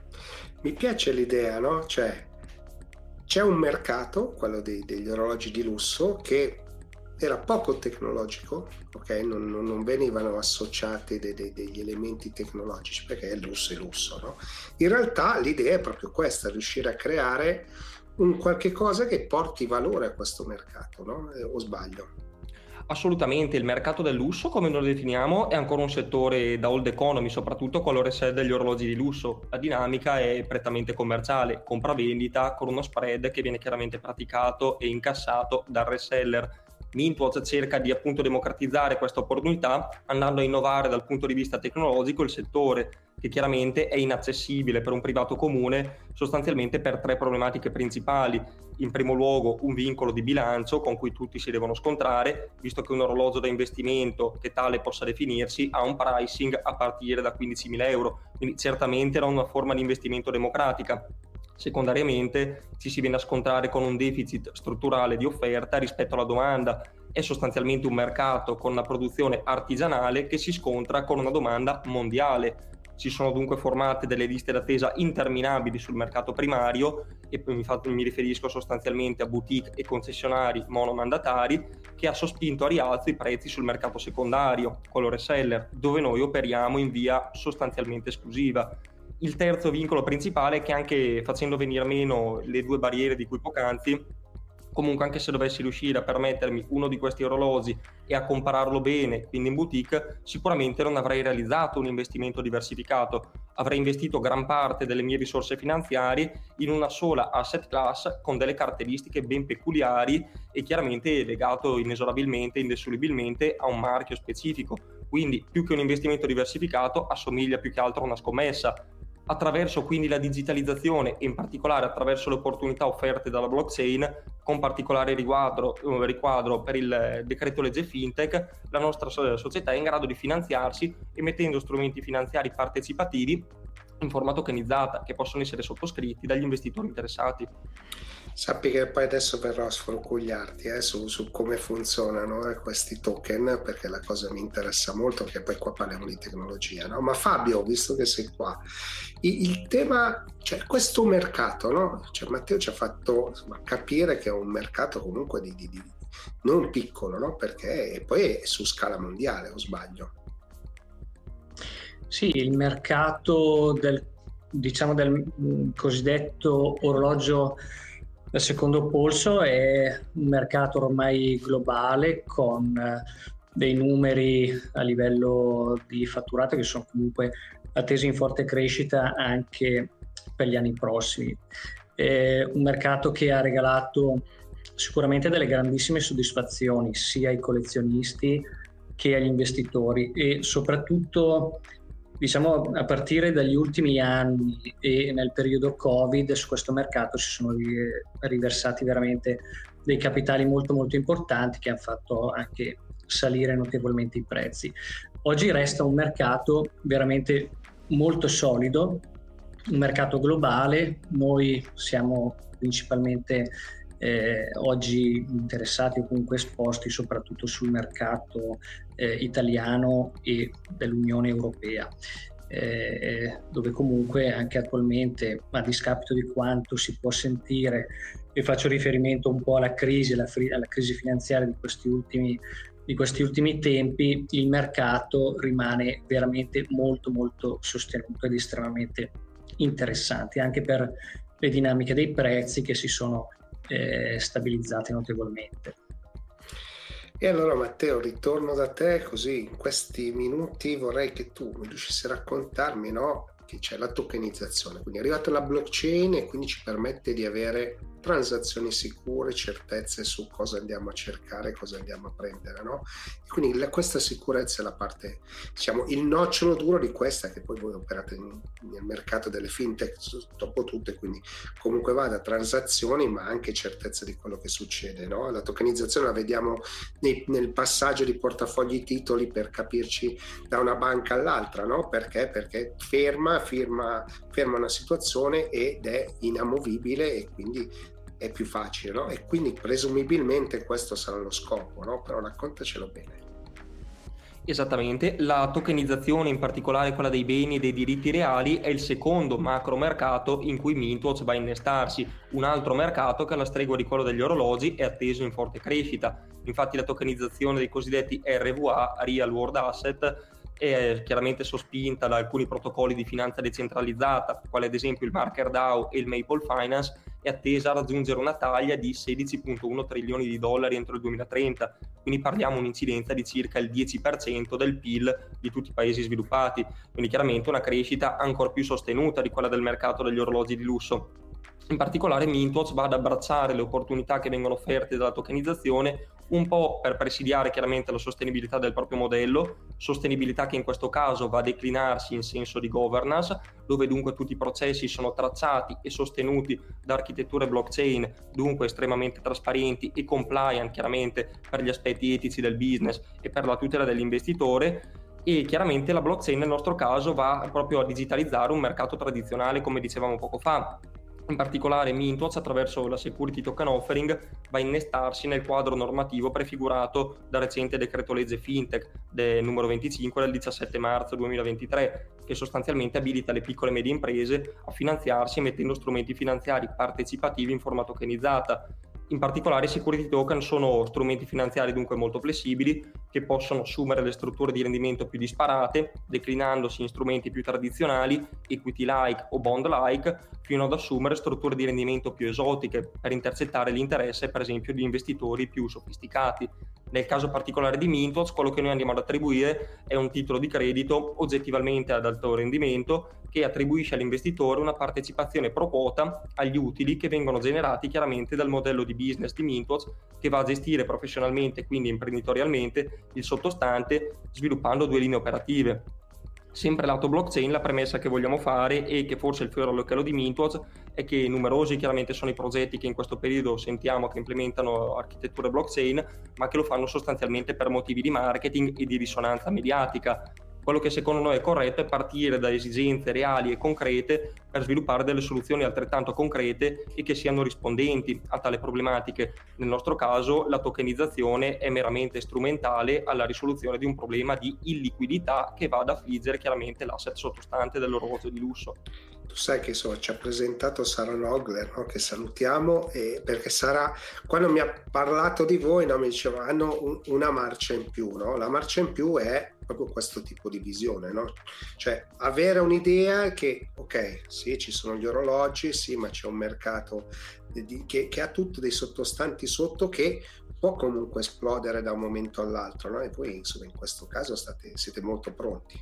Speaker 1: Mi piace l'idea, no? Cioè, c'è un mercato, quello dei, degli orologi di lusso, che era poco tecnologico, ok? Non, non, non venivano associati de, de, degli elementi tecnologici, perché il lusso è lusso, no? In realtà l'idea è proprio questa, riuscire a creare un qualche cosa che porti valore a questo mercato, no? Eh, o sbaglio?
Speaker 6: Assolutamente, il mercato del lusso, come lo definiamo, è ancora un settore da old economy, soprattutto quello resell degli orologi di lusso. La dinamica è prettamente commerciale, compra-vendita con uno spread che viene chiaramente praticato e incassato dal reseller. Mintwatch cerca di appunto democratizzare questa opportunità andando a innovare dal punto di vista tecnologico il settore, che chiaramente è inaccessibile per un privato comune sostanzialmente per tre problematiche principali. In primo luogo un vincolo di bilancio con cui tutti si devono scontrare, visto che un orologio da investimento che tale possa definirsi ha un pricing a partire da quindicimila euro, quindi certamente era una forma di investimento democratica. Secondariamente ci si viene a scontrare con un deficit strutturale di offerta rispetto alla domanda. È sostanzialmente un mercato con una produzione artigianale che si scontra con una domanda mondiale. Si sono dunque formate delle liste d'attesa interminabili sul mercato primario, e infatti mi riferisco sostanzialmente a boutique e concessionari monomandatari, che ha sospinto a rialzo i prezzi sul mercato secondario, quello reseller, dove noi operiamo in via sostanzialmente esclusiva. Il terzo vincolo principale è che, anche facendo venire meno le due barriere di cui poc'anzi, comunque anche se dovessi riuscire a permettermi uno di questi orologi e a compararlo bene, quindi in boutique, sicuramente non avrei realizzato un investimento diversificato. Avrei investito gran parte delle mie risorse finanziarie in una sola asset class con delle caratteristiche ben peculiari e chiaramente legato inesorabilmente, indissolubilmente a un marchio specifico. Quindi più che un investimento diversificato assomiglia più che altro a una scommessa. Attraverso quindi la digitalizzazione e in particolare attraverso le opportunità offerte dalla blockchain, con particolare riguardo, riquadro per il decreto legge fintech, la nostra società è in grado di finanziarsi emettendo strumenti finanziari partecipativi in forma tokenizzata che possono essere sottoscritti dagli investitori interessati.
Speaker 1: Sappi che poi adesso verrò a sforcugliarti eh, su, su come funzionano eh, questi token, perché la cosa mi interessa molto, perché poi qua parliamo di tecnologia, no? Ma Fabio, visto che sei qua, il, il tema, cioè questo mercato, no? Cioè, Matteo ci ha fatto insomma, capire che è un mercato comunque di, di, di non piccolo, no? Perché poi è su scala mondiale, o sbaglio?
Speaker 7: Sì, il mercato del, diciamo, del cosiddetto orologio del secondo polso è un mercato ormai globale con dei numeri a livello di fatturato che sono comunque attesi in forte crescita anche per gli anni prossimi. È un mercato che ha regalato sicuramente delle grandissime soddisfazioni sia ai collezionisti che agli investitori e soprattutto, diciamo, a partire dagli ultimi anni e nel periodo Covid su questo mercato si sono riversati veramente dei capitali molto molto importanti che hanno fatto anche salire notevolmente i prezzi. Oggi resta un mercato veramente molto solido, un mercato globale. Noi siamo principalmente eh, oggi interessati o comunque esposti soprattutto sul mercato eh, italiano e dell'Unione Europea. eh, dove comunque anche attualmente, a discapito di quanto si può sentire, e faccio riferimento un po' alla crisi, alla, fri- alla crisi finanziaria di questi ultimi di questi ultimi tempi, il mercato rimane veramente molto molto sostenuto ed estremamente interessante, anche per le dinamiche dei prezzi che si sono eh, stabilizzate notevolmente.
Speaker 1: E allora Matteo, ritorno da te, così in questi minuti vorrei che tu mi riuscissi a raccontarmi, no, che c'è la tokenizzazione, quindi è arrivata la blockchain e quindi ci permette di avere transazioni sicure, certezze su cosa andiamo a cercare, cosa andiamo a prendere, no? E quindi la, questa sicurezza è la parte, diciamo, il nocciolo duro di questa, che poi voi operate in, nel mercato delle fintech dopo tutto, e quindi comunque va da transazioni ma anche certezza di quello che succede, no? La tokenizzazione la vediamo nei, nel passaggio di portafogli titoli, per capirci, da una banca all'altra, no? Perché? Perché ferma, firma, ferma una situazione ed è inamovibile e quindi è più facile, no? E quindi presumibilmente questo sarà lo scopo, no? Però raccontacelo bene.
Speaker 6: Esattamente, la tokenizzazione, in particolare quella dei beni e dei diritti reali, è il secondo macro mercato in cui Mintwatch va a innestarsi, un altro mercato che alla stregua di quello degli orologi è atteso in forte crescita. Infatti la tokenizzazione dei cosiddetti R W A, Real World Asset, è chiaramente sospinta da alcuni protocolli di finanza decentralizzata, quale ad esempio il MakerDAO e il Maple Finance, è attesa a raggiungere una taglia di sedici virgola uno trilioni di dollari entro il duemilatrenta, quindi parliamo di un'incidenza di circa il dieci per cento del P I L di tutti i paesi sviluppati, quindi chiaramente una crescita ancora più sostenuta di quella del mercato degli orologi di lusso. In particolare Mintwatch va ad abbracciare le opportunità che vengono offerte dalla tokenizzazione, un po' per presidiare chiaramente la sostenibilità del proprio modello, sostenibilità che in questo caso va a declinarsi in senso di governance, dove dunque tutti i processi sono tracciati e sostenuti da architetture blockchain, dunque estremamente trasparenti e compliant chiaramente per gli aspetti etici del business e per la tutela dell'investitore. E chiaramente la blockchain nel nostro caso va proprio a digitalizzare un mercato tradizionale, come dicevamo poco fa. In particolare Mintwatch, attraverso la Security Token Offering, va a innestarsi nel quadro normativo prefigurato dal recente decreto legge Fintech del numero venticinque del diciassette marzo duemilaventitré, che sostanzialmente abilita le piccole e medie imprese a finanziarsi emettendo strumenti finanziari partecipativi in forma tokenizzata. In particolare i security token sono strumenti finanziari dunque molto flessibili, che possono assumere le strutture di rendimento più disparate, declinandosi in strumenti più tradizionali, equity-like o bond-like, fino ad assumere strutture di rendimento più esotiche per intercettare l'interesse per esempio di investitori più sofisticati. Nel caso particolare di Mintwatch, quello che noi andiamo ad attribuire è un titolo di credito oggettivamente ad alto rendimento, che attribuisce all'investitore una partecipazione pro quota agli utili che vengono generati chiaramente dal modello di business di Mintwatch, che va a gestire professionalmente, quindi imprenditorialmente, il sottostante, sviluppando due linee operative. Sempre lato blockchain, la premessa che vogliamo fare, e che forse è il fiore all'occhiello di Mintwatch, è che numerosi chiaramente sono i progetti che in questo periodo sentiamo che implementano architetture blockchain, ma che lo fanno sostanzialmente per motivi di marketing e di risonanza mediatica. Quello che secondo noi è corretto è partire da esigenze reali e concrete per sviluppare delle soluzioni altrettanto concrete e che siano rispondenti a tale problematiche. Nel nostro caso la tokenizzazione è meramente strumentale alla risoluzione di un problema di illiquidità che va ad affliggere chiaramente l'asset sottostante dell'orologio di lusso.
Speaker 1: Tu sai che insomma ci ha presentato Sara Nogler, no? Che salutiamo, e perché Sara, quando mi ha parlato di voi, no, mi diceva hanno un, una marcia in più, no? La marcia in più è proprio questo tipo di visione, no? Cioè avere un'idea che ok, sì, ci sono gli orologi, sì, ma c'è un mercato di, che, che ha tutti dei sottostanti sotto, che può comunque esplodere da un momento all'altro, no? E voi insomma in questo caso state, siete molto pronti.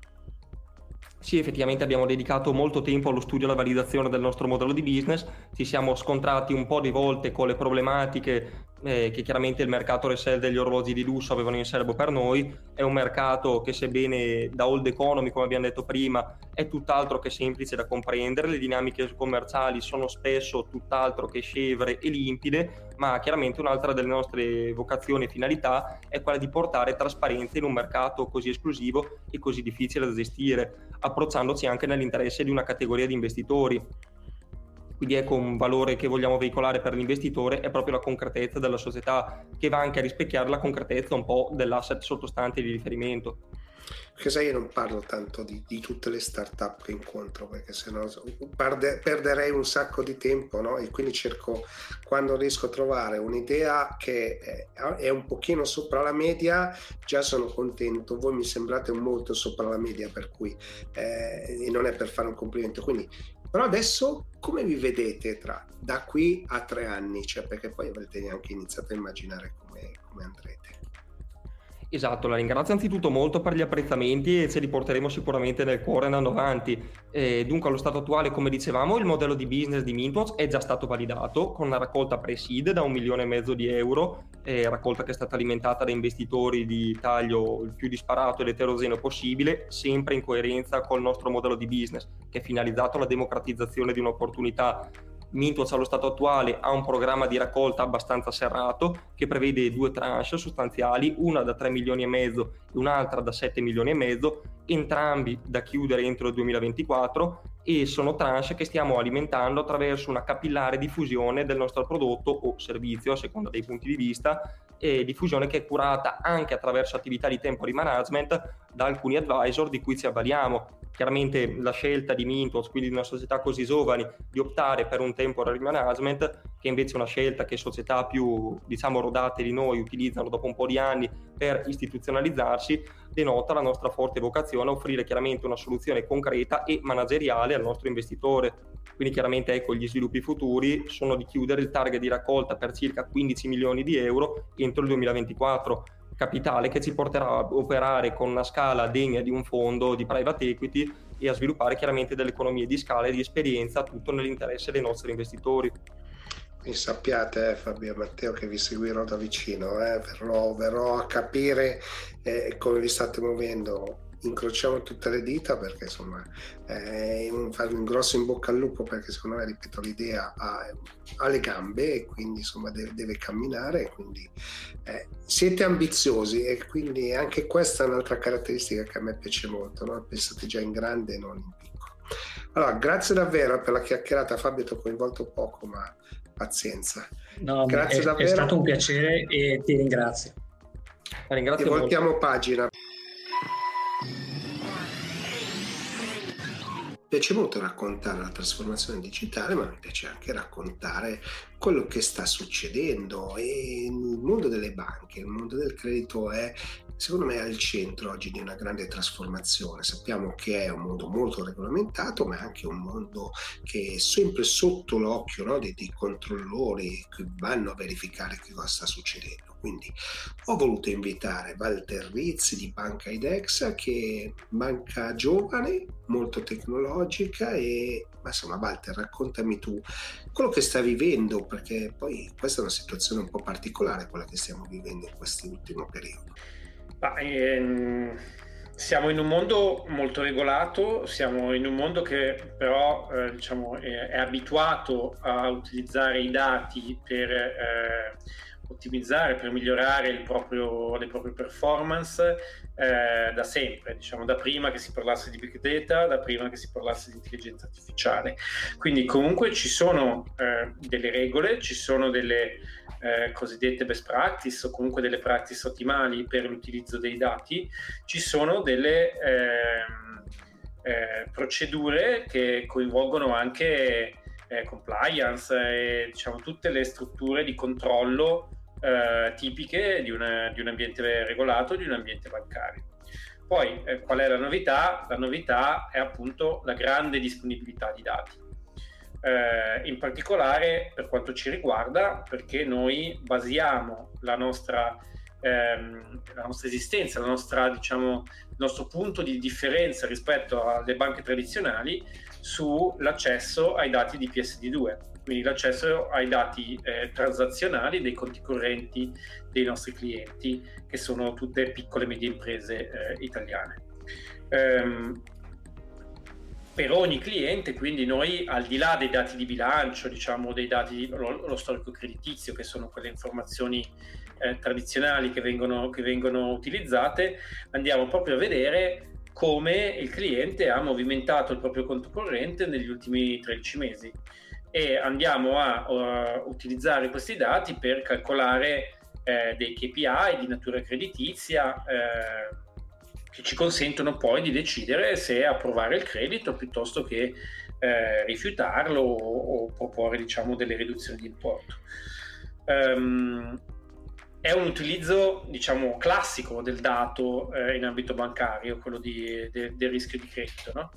Speaker 6: Sì, effettivamente abbiamo dedicato molto tempo allo studio e alla validazione del nostro modello di business, ci siamo scontrati un po' di volte con le problematiche eh, che chiaramente il mercato resell degli orologi di lusso avevano in serbo per noi. È un mercato che, sebbene da old economy, come abbiamo detto prima, è tutt'altro che semplice da comprendere, le dinamiche commerciali sono spesso tutt'altro che scevre e limpide, ma chiaramente un'altra delle nostre vocazioni e finalità è quella di portare trasparenza in un mercato così esclusivo e così difficile da gestire, approcciandoci anche nell'interesse di una categoria di investitori. Quindi ecco, un valore che vogliamo veicolare per l'investitore è proprio la concretezza della società, che va anche a rispecchiare la concretezza un po' dell'asset sottostante di riferimento.
Speaker 1: Perché sai, io non parlo tanto di, di tutte le start-up che incontro, perché sennò perde, perderei un sacco di tempo, no? E quindi cerco, quando riesco a trovare un'idea che è, è un pochino sopra la media, già sono contento. Voi mi sembrate molto sopra la media, per cui eh, e non è per fare un complimento. Quindi, però adesso come vi vedete tra, da qui a tre anni? Cioè, perché poi avrete anche iniziato a immaginare come, come andrete.
Speaker 6: Esatto, la ringrazio anzitutto molto per gli apprezzamenti e ce li porteremo sicuramente nel cuore andando avanti. Eh, dunque, allo stato attuale, come dicevamo, il modello di business di Mintworks è già stato validato con una raccolta pre-seed da un milione e mezzo di euro, eh, raccolta che è stata alimentata da investitori di taglio il più disparato ed eterogeneo possibile, sempre in coerenza col nostro modello di business, che è finalizzato alla democratizzazione di un'opportunità. Mintworks allo stato attuale ha un programma di raccolta abbastanza serrato che prevede due tranche sostanziali, una da tre milioni e mezzo e un'altra da sette milioni e mezzo, entrambi da chiudere entro il duemilaventiquattro, e sono tranche che stiamo alimentando attraverso una capillare diffusione del nostro prodotto o servizio, a seconda dei punti di vista, e diffusione che è curata anche attraverso attività di temporary management da alcuni advisor di cui ci avvaliamo. Chiaramente la scelta di Mintworks, quindi di una società così giovane, di optare per un temporary management, che invece è una scelta che società più, diciamo, rodate di noi utilizzano dopo un po' di anni per istituzionalizzarsi, denota la nostra forte vocazione a offrire chiaramente una soluzione concreta e manageriale al nostro investitore. Quindi chiaramente, ecco, gli sviluppi futuri sono di chiudere il target di raccolta per circa quindici milioni di euro entro il duemilaventiquattro, capitale che ci porterà a operare con una scala degna di un fondo di private equity e a sviluppare chiaramente delle economie di scala e di esperienza, tutto nell'interesse dei nostri investitori.
Speaker 1: Quindi sappiate, eh, Fabio e Matteo, che vi seguirò da vicino, eh, verrò, verrò a capire eh, come vi state muovendo. Incrociamo tutte le dita, perché insomma eh, un, fare un grosso in bocca al lupo, perché secondo me, ripeto, l'idea ha, ha le gambe e quindi insomma deve, deve camminare, quindi eh, siete ambiziosi, e quindi anche questa è un'altra caratteristica che a me piace molto, no? Pensate già in grande e non in piccolo. Allora, grazie davvero per la chiacchierata, Fabio, ti ho coinvolto poco, ma pazienza.
Speaker 7: No,
Speaker 1: grazie
Speaker 7: è,
Speaker 1: davvero.
Speaker 7: È stato un piacere e ti ringrazio.
Speaker 6: Ringrazio
Speaker 1: e voltiamo
Speaker 6: molto.
Speaker 1: pagina. Mi piace molto raccontare la trasformazione digitale, ma mi piace anche raccontare quello che sta succedendo, e il mondo delle banche, il mondo del credito è, secondo me, al centro oggi di una grande trasformazione. Sappiamo che è un mondo molto regolamentato, ma è anche un mondo che è sempre sotto l'occhio, no, dei, dei controllori che vanno a verificare che cosa sta succedendo. Quindi ho voluto invitare Walter Rizzi di Banca IDEX, che è banca giovane, molto tecnologica, e ma insomma, Walter, raccontami tu quello che stai vivendo, perché poi questa è una situazione un po' particolare, quella che stiamo vivendo in quest'ultimo periodo.
Speaker 5: Ma, ehm, siamo in un mondo molto regolato, siamo in un mondo che però eh, diciamo è, è abituato a utilizzare i dati per eh, ottimizzare, per migliorare il proprio, le proprie performance eh, da sempre, diciamo da prima che si parlasse di big data, da prima che si parlasse di intelligenza artificiale. Quindi comunque ci sono eh, delle regole, ci sono delle eh, cosiddette best practice o comunque delle practice ottimali per l'utilizzo dei dati, ci sono delle eh, eh, procedure che coinvolgono anche eh, compliance e diciamo tutte le strutture di controllo Eh, tipiche di, una, di un ambiente regolato, di un ambiente bancario. Poi eh, qual è la novità? La novità è appunto la grande disponibilità di dati, eh, in particolare per quanto ci riguarda, perché noi basiamo la nostra, ehm, la nostra esistenza, la nostra, diciamo, il nostro punto di differenza rispetto alle banche tradizionali sull'accesso ai dati di P S D due, quindi l'accesso ai dati eh, transazionali dei conti correnti dei nostri clienti, che sono tutte piccole e medie imprese eh, italiane. Ehm, per ogni cliente, quindi noi, al di là dei dati di bilancio, diciamo dei dati, lo, lo storico creditizio, che sono quelle informazioni eh, tradizionali che vengono, che vengono utilizzate, andiamo proprio a vedere come il cliente ha movimentato il proprio conto corrente negli ultimi tredici mesi. E andiamo a uh, utilizzare questi dati per calcolare eh, dei K P I di natura creditizia, eh,
Speaker 8: che ci consentono poi di decidere se approvare il credito piuttosto che eh, rifiutarlo o, o proporre, diciamo, delle riduzioni di importo. Um, è un utilizzo, diciamo, classico del dato eh, in ambito bancario, quello di, de, del rischio di credito, no?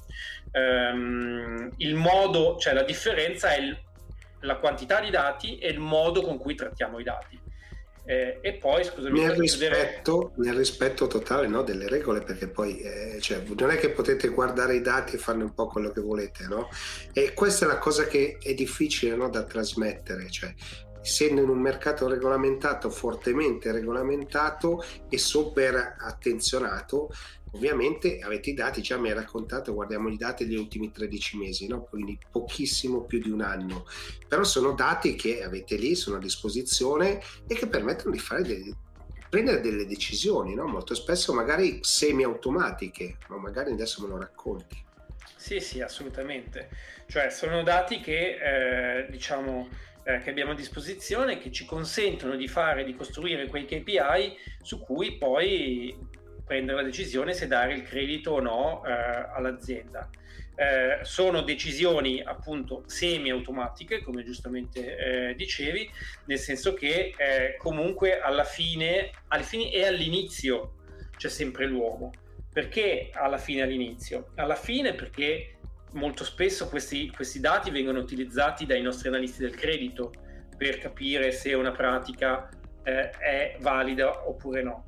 Speaker 8: Um, il modo, cioè la differenza è il, la quantità di dati e il modo con cui trattiamo i dati. Eh, e poi, scusami,
Speaker 1: nel rispetto, nel rispetto totale, no, delle regole, perché poi eh, cioè, non è che potete guardare i dati e farne un po' quello che volete, no? E questa è la cosa che è difficile, no, da trasmettere, cioè essendo in un mercato regolamentato, fortemente regolamentato e super attenzionato, ovviamente avete i dati, già mi hai raccontato, guardiamo i dati degli ultimi tredici mesi, no? Quindi pochissimo più di un anno, però sono dati che avete lì, sono a disposizione e che permettono di fare delle, prendere delle decisioni, no? Molto spesso magari semi-automatiche, ma magari adesso me lo racconti.
Speaker 8: Sì, sì, assolutamente, cioè sono dati che eh, diciamo eh, che abbiamo a disposizione, che ci consentono di fare, di costruire quei K P I su cui poi prendere la decisione se dare il credito o no eh, all'azienda. Eh, sono decisioni appunto semi-automatiche, come giustamente eh, dicevi, nel senso che eh, comunque alla fine, alla fine e all'inizio c'è sempre l'uomo. Perché alla fine e all'inizio? Alla fine perché molto spesso questi, questi dati vengono utilizzati dai nostri analisti del credito per capire se una pratica eh, è valida oppure no.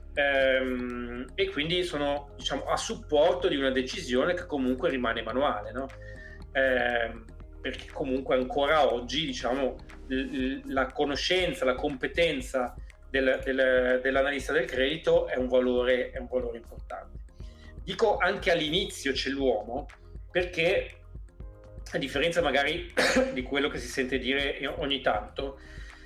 Speaker 8: Ehm, e quindi sono, diciamo, a supporto di una decisione che comunque rimane manuale, no? Ehm, perché comunque ancora oggi, diciamo, l- la conoscenza, la competenza del, del, dell'analista del credito è un valore, è un valore importante. Dico anche all'inizio c'è l'uomo, perché a differenza magari di quello che si sente dire ogni tanto,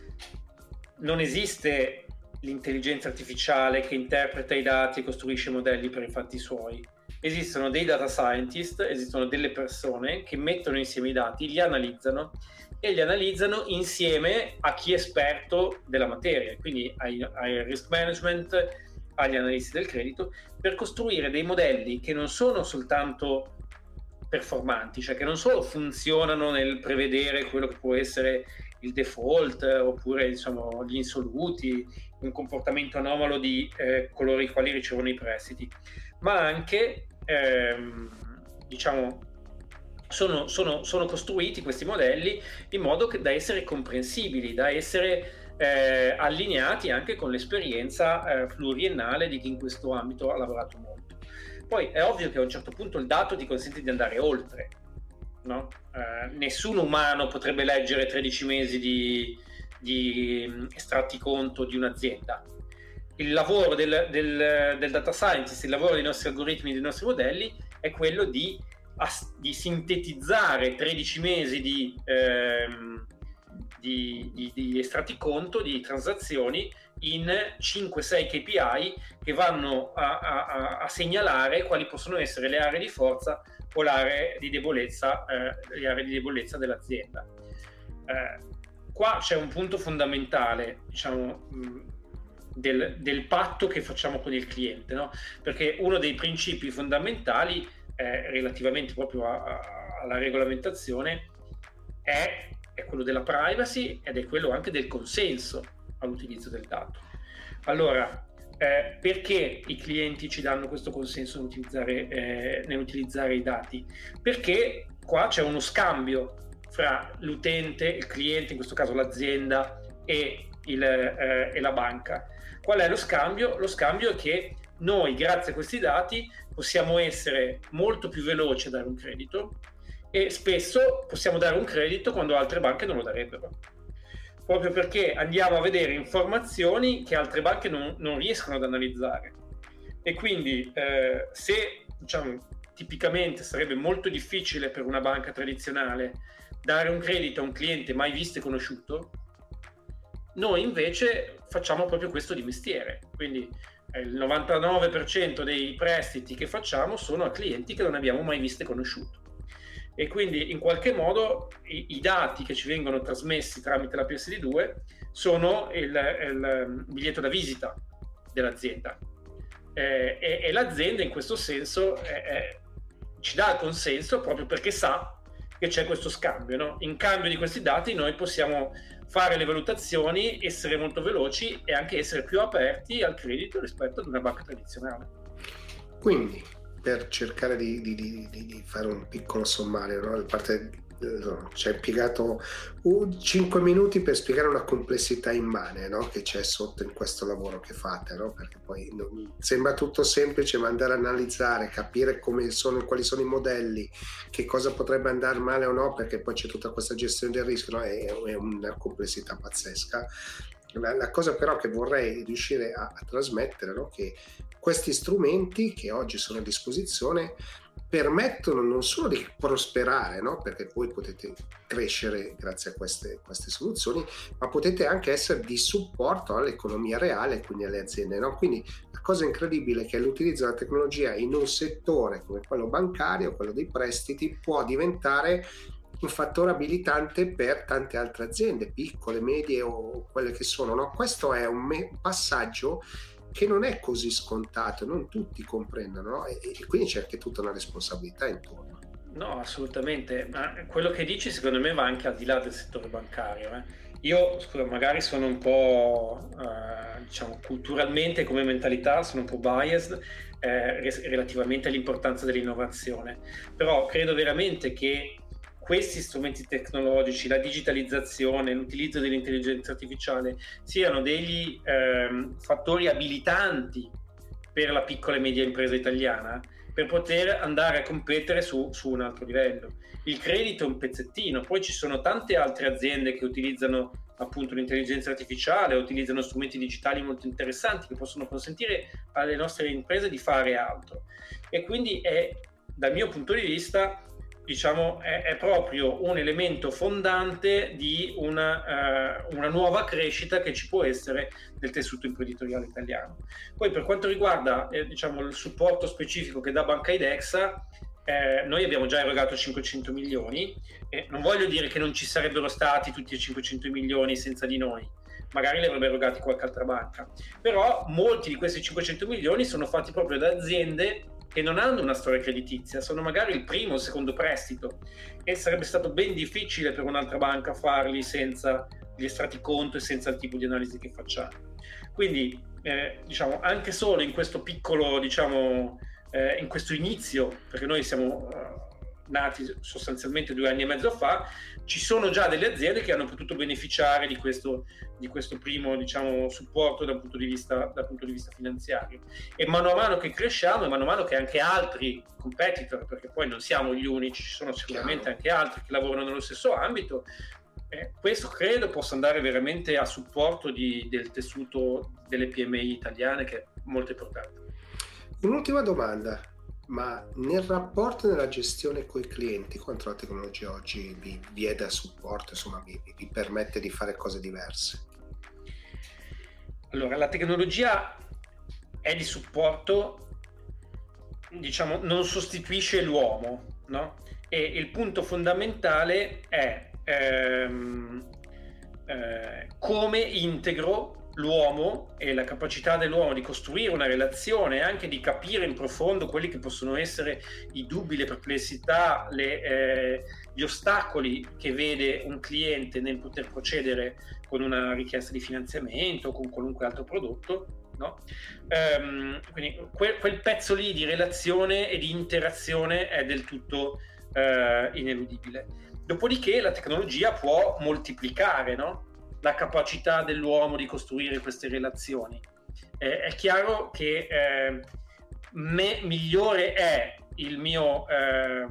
Speaker 8: non esiste l'intelligenza artificiale che interpreta i dati e costruisce modelli per i fatti suoi. Esistono dei data scientist, esistono delle persone che mettono insieme i dati, li analizzano e li analizzano insieme a chi è esperto della materia, quindi ai, ai risk management, agli analisti del credito, per costruire dei modelli che non sono soltanto performanti, cioè che non solo funzionano nel prevedere quello che può essere il default oppure, diciamo, gli insoluti, un comportamento anomalo di eh, coloro i quali ricevono i prestiti, ma anche ehm, diciamo sono, sono, sono costruiti questi modelli in modo che, da essere comprensibili, da essere eh, allineati anche con l'esperienza eh, pluriennale di chi in questo ambito ha lavorato molto. Poi è ovvio che a un certo punto il dato ti consente di andare oltre, no? Eh, nessun umano potrebbe leggere tredici mesi di, di estratti conto di un'azienda. Il lavoro del, del, del data scientist, il lavoro dei nostri algoritmi, dei nostri modelli è quello di, di sintetizzare tredici mesi di, ehm, di, di, di estratti conto, di transazioni, in cinque sei K P I che vanno a, a, a segnalare quali possono essere le aree di forza o le aree di debolezza, eh, le aree di debolezza dell'azienda. Eh, qua c'è un punto fondamentale, diciamo, mh, del, del patto che facciamo con il cliente, no? Perché uno dei principi fondamentali eh, relativamente proprio a, a, alla regolamentazione è, è quello della privacy ed è quello anche del consenso all'utilizzo del dato. Allora, eh, perché i clienti ci danno questo consenso nell'utilizzare, eh, nell'utilizzare i dati? Perché qua c'è uno scambio fra l'utente, il cliente, in questo caso l'azienda, e, il, eh, e la banca. Qual è lo scambio? Lo scambio è che noi, grazie a questi dati, possiamo essere molto più veloci a dare un credito e spesso possiamo dare un credito quando altre banche non lo darebbero, proprio perché andiamo a vedere informazioni che altre banche non, non riescono ad analizzare. E quindi eh, se, diciamo, tipicamente sarebbe molto difficile per una banca tradizionale dare un credito a un cliente mai visto e conosciuto, noi invece facciamo proprio questo di mestiere. Quindi eh, il novantanove per cento dei prestiti che facciamo sono a clienti che non abbiamo mai visto e conosciuto. E quindi in qualche modo i, i dati che ci vengono trasmessi tramite la P S D due sono il, il biglietto da visita dell'azienda. eh, e, e l'azienda in questo senso eh, eh, ci dà il consenso proprio perché sa che c'è questo scambio, no? In cambio di questi dati noi possiamo fare le valutazioni, essere molto veloci e anche essere più aperti al credito rispetto ad una banca tradizionale.
Speaker 1: Quindi, per cercare di, di, di, di fare un piccolo sommario, no? Parte, no, ci ha impiegato cinque minuti per spiegare una complessità immane, no? Che c'è sotto in questo lavoro che fate, no? Perché poi non, sembra tutto semplice, ma andare a analizzare, capire come sono, quali sono i modelli, che cosa potrebbe andare male o no, perché poi c'è tutta questa gestione del rischio, no? È, è una complessità pazzesca. La, la cosa però che vorrei riuscire a, a trasmettere, no? Che questi strumenti che oggi sono a disposizione permettono non solo di prosperare, no? Perché voi potete crescere grazie a queste, queste soluzioni, ma potete anche essere di supporto all'economia reale, quindi alle aziende, no? Quindi la cosa incredibile è che l'utilizzo della tecnologia in un settore come quello bancario, quello dei prestiti, può diventare un fattore abilitante per tante altre aziende, piccole, medie o quelle che sono, no? Questo è un me- passaggio che non è così scontato, non tutti comprendono, no? e, e quindi c'è anche tutta una responsabilità intorno.
Speaker 8: No, assolutamente, ma quello che dici secondo me va anche al di là del settore bancario. Eh. Io, scusa, magari sono un po', eh, diciamo, culturalmente come mentalità, sono un po' biased eh, res- relativamente all'importanza dell'innovazione, però credo veramente che questi strumenti tecnologici, la digitalizzazione, l'utilizzo dell'intelligenza artificiale siano degli ehm, fattori abilitanti per la piccola e media impresa italiana per poter andare a competere su, su un altro livello. Il credito è un pezzettino, poi ci sono tante altre aziende che utilizzano appunto l'intelligenza artificiale, utilizzano strumenti digitali molto interessanti che possono consentire alle nostre imprese di fare altro. E quindi è, dal mio punto di vista, diciamo, è, è proprio un elemento fondante di una, uh, una nuova crescita che ci può essere nel tessuto imprenditoriale italiano. Poi per quanto riguarda eh, diciamo, il supporto specifico che dà Banca Idexa, eh, noi abbiamo già erogato cinquecento milioni e non voglio dire che non ci sarebbero stati tutti i cinquecento milioni senza di noi, magari li avrebbe erogati qualche altra banca, però molti di questi cinquecento milioni sono fatti proprio da aziende che non hanno una storia creditizia, sono magari il primo o il secondo prestito e sarebbe stato ben difficile per un'altra banca farli senza gli estratti conto e senza il tipo di analisi che facciamo. Quindi eh, diciamo anche solo in questo piccolo, diciamo eh, in questo inizio, perché noi siamo uh, nati sostanzialmente due anni e mezzo fa, ci sono già delle aziende che hanno potuto beneficiare di questo, di questo primo, diciamo, supporto dal punto di vista, dal punto di vista finanziario. E mano a mano che cresciamo, e mano a mano che anche altri competitor, perché poi non siamo gli unici, ci sono sicuramente anche altri che lavorano nello stesso ambito, eh, questo credo possa andare veramente a supporto di, del tessuto delle P M I italiane, che è molto importante.
Speaker 1: Un'ultima domanda. Ma nel rapporto e nella gestione con i clienti, quanto la tecnologia oggi vi, vi è da supporto, insomma vi, vi permette di fare cose diverse?
Speaker 8: Allora, la tecnologia è di supporto, diciamo, non sostituisce l'uomo, no? E il punto fondamentale è ehm, eh, come integro l'uomo e la capacità dell'uomo di costruire una relazione e anche di capire in profondo quelli che possono essere i dubbi, le perplessità, le, eh, gli ostacoli che vede un cliente nel poter procedere con una richiesta di finanziamento o con qualunque altro prodotto, no? Um, quindi quel, quel pezzo lì di relazione e di interazione è del tutto uh, ineludibile. Dopodiché la tecnologia può moltiplicare, no? La capacità dell'uomo di costruire queste relazioni. Eh, è chiaro che eh, me, migliore è il mio, eh,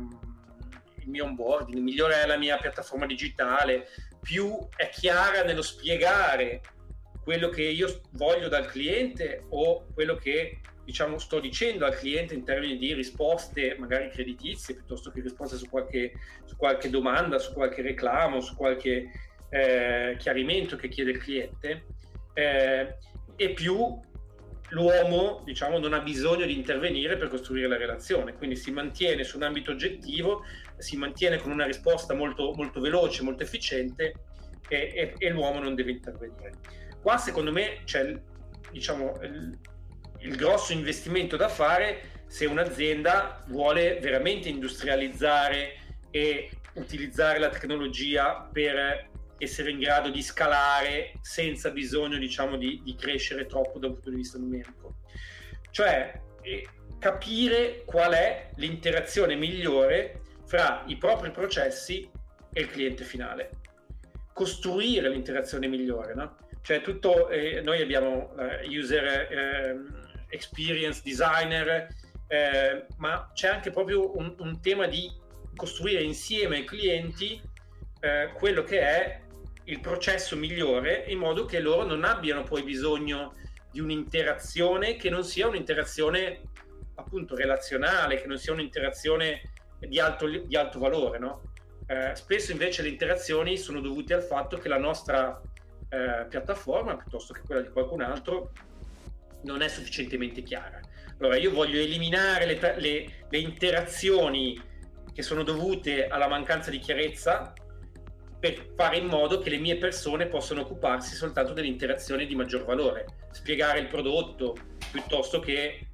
Speaker 8: il mio onboarding, migliore è la mia piattaforma digitale, più è chiara nello spiegare quello che io voglio dal cliente o quello che, diciamo, sto dicendo al cliente in termini di risposte magari creditizie piuttosto che risposte su qualche, su qualche domanda, su qualche reclamo, su qualche Eh, chiarimento che chiede il cliente, eh, e più l'uomo, diciamo, non ha bisogno di intervenire per costruire la relazione, quindi si mantiene su un ambito oggettivo, si mantiene con una risposta molto, molto veloce, molto efficiente e, e, e l'uomo non deve intervenire. Qua secondo me c'è, diciamo, il, il grosso investimento da fare se un'azienda vuole veramente industrializzare e utilizzare la tecnologia per essere in grado di scalare senza bisogno, diciamo, di, di crescere troppo da un punto di vista numerico. Cioè eh, capire qual è l'interazione migliore fra i propri processi e il cliente finale. Costruire l'interazione migliore, no? Cioè tutto, eh, noi abbiamo eh, user eh, experience designer, eh, ma c'è anche proprio un, un tema di costruire insieme ai clienti eh, quello che è il processo migliore, in modo che loro non abbiano poi bisogno di un'interazione che non sia un'interazione appunto relazionale, che non sia un'interazione di alto, di alto valore, no? Eh, spesso invece le interazioni sono dovute al fatto che la nostra eh, piattaforma, piuttosto che quella di qualcun altro, non è sufficientemente chiara. Allora io voglio eliminare le, le, le interazioni che sono dovute alla mancanza di chiarezza, per fare in modo che le mie persone possano occuparsi soltanto delle interazioni di maggior valore, spiegare il prodotto piuttosto che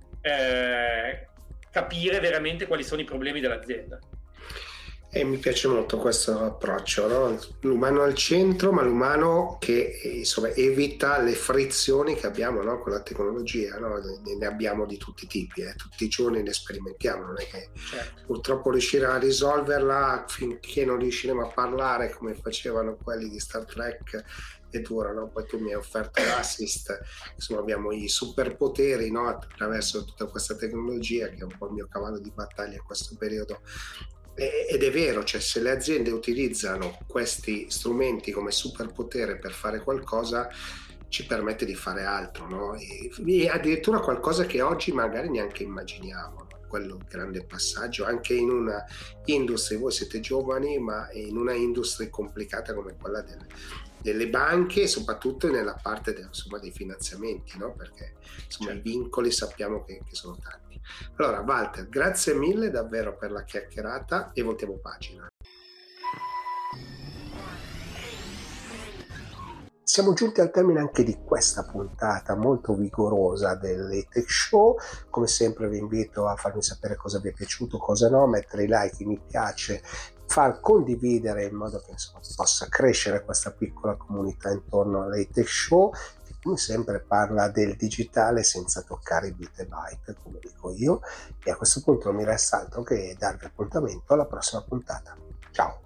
Speaker 8: eh, capire veramente quali sono i problemi dell'azienda.
Speaker 1: E mi piace molto questo approccio, no? L'umano al centro, ma l'umano che insomma evita le frizioni che abbiamo, no? Con la tecnologia, no? Ne, ne abbiamo di tutti i tipi, eh? Tutti i giorni ne sperimentiamo, non è che certo. Purtroppo riuscire a risolverla finché non riusciremo a parlare come facevano quelli di Star Trek è dura, no? Poi tu mi hai offerto l'assist, insomma abbiamo i superpoteri, no? Attraverso tutta questa tecnologia che è un po' il mio cavallo di battaglia in questo periodo. Ed è vero, cioè se le aziende utilizzano questi strumenti come superpotere per fare qualcosa, ci permette di fare altro, no? E addirittura qualcosa che oggi magari neanche immaginiamo, no? Quello grande passaggio anche in una industria, voi siete giovani, ma in una industria complicata come quella delle, delle banche, soprattutto nella parte del, insomma, dei finanziamenti, no? Perché insomma certo. I vincoli sappiamo che, che sono tanti. Allora Walter, grazie mille davvero per la chiacchierata e voltiamo pagina. Siamo giunti al termine anche di questa puntata molto vigorosa dell'E-Tech Show. Come sempre vi invito a farmi sapere cosa vi è piaciuto, cosa no, mettere i like, i mi piace, far condividere in modo che insomma possa crescere questa piccola comunità intorno all'E-Tech Show. Come sempre parla del digitale senza toccare i bit e byte, come dico io, e a questo punto non mi resta altro che darvi appuntamento alla prossima puntata. Ciao!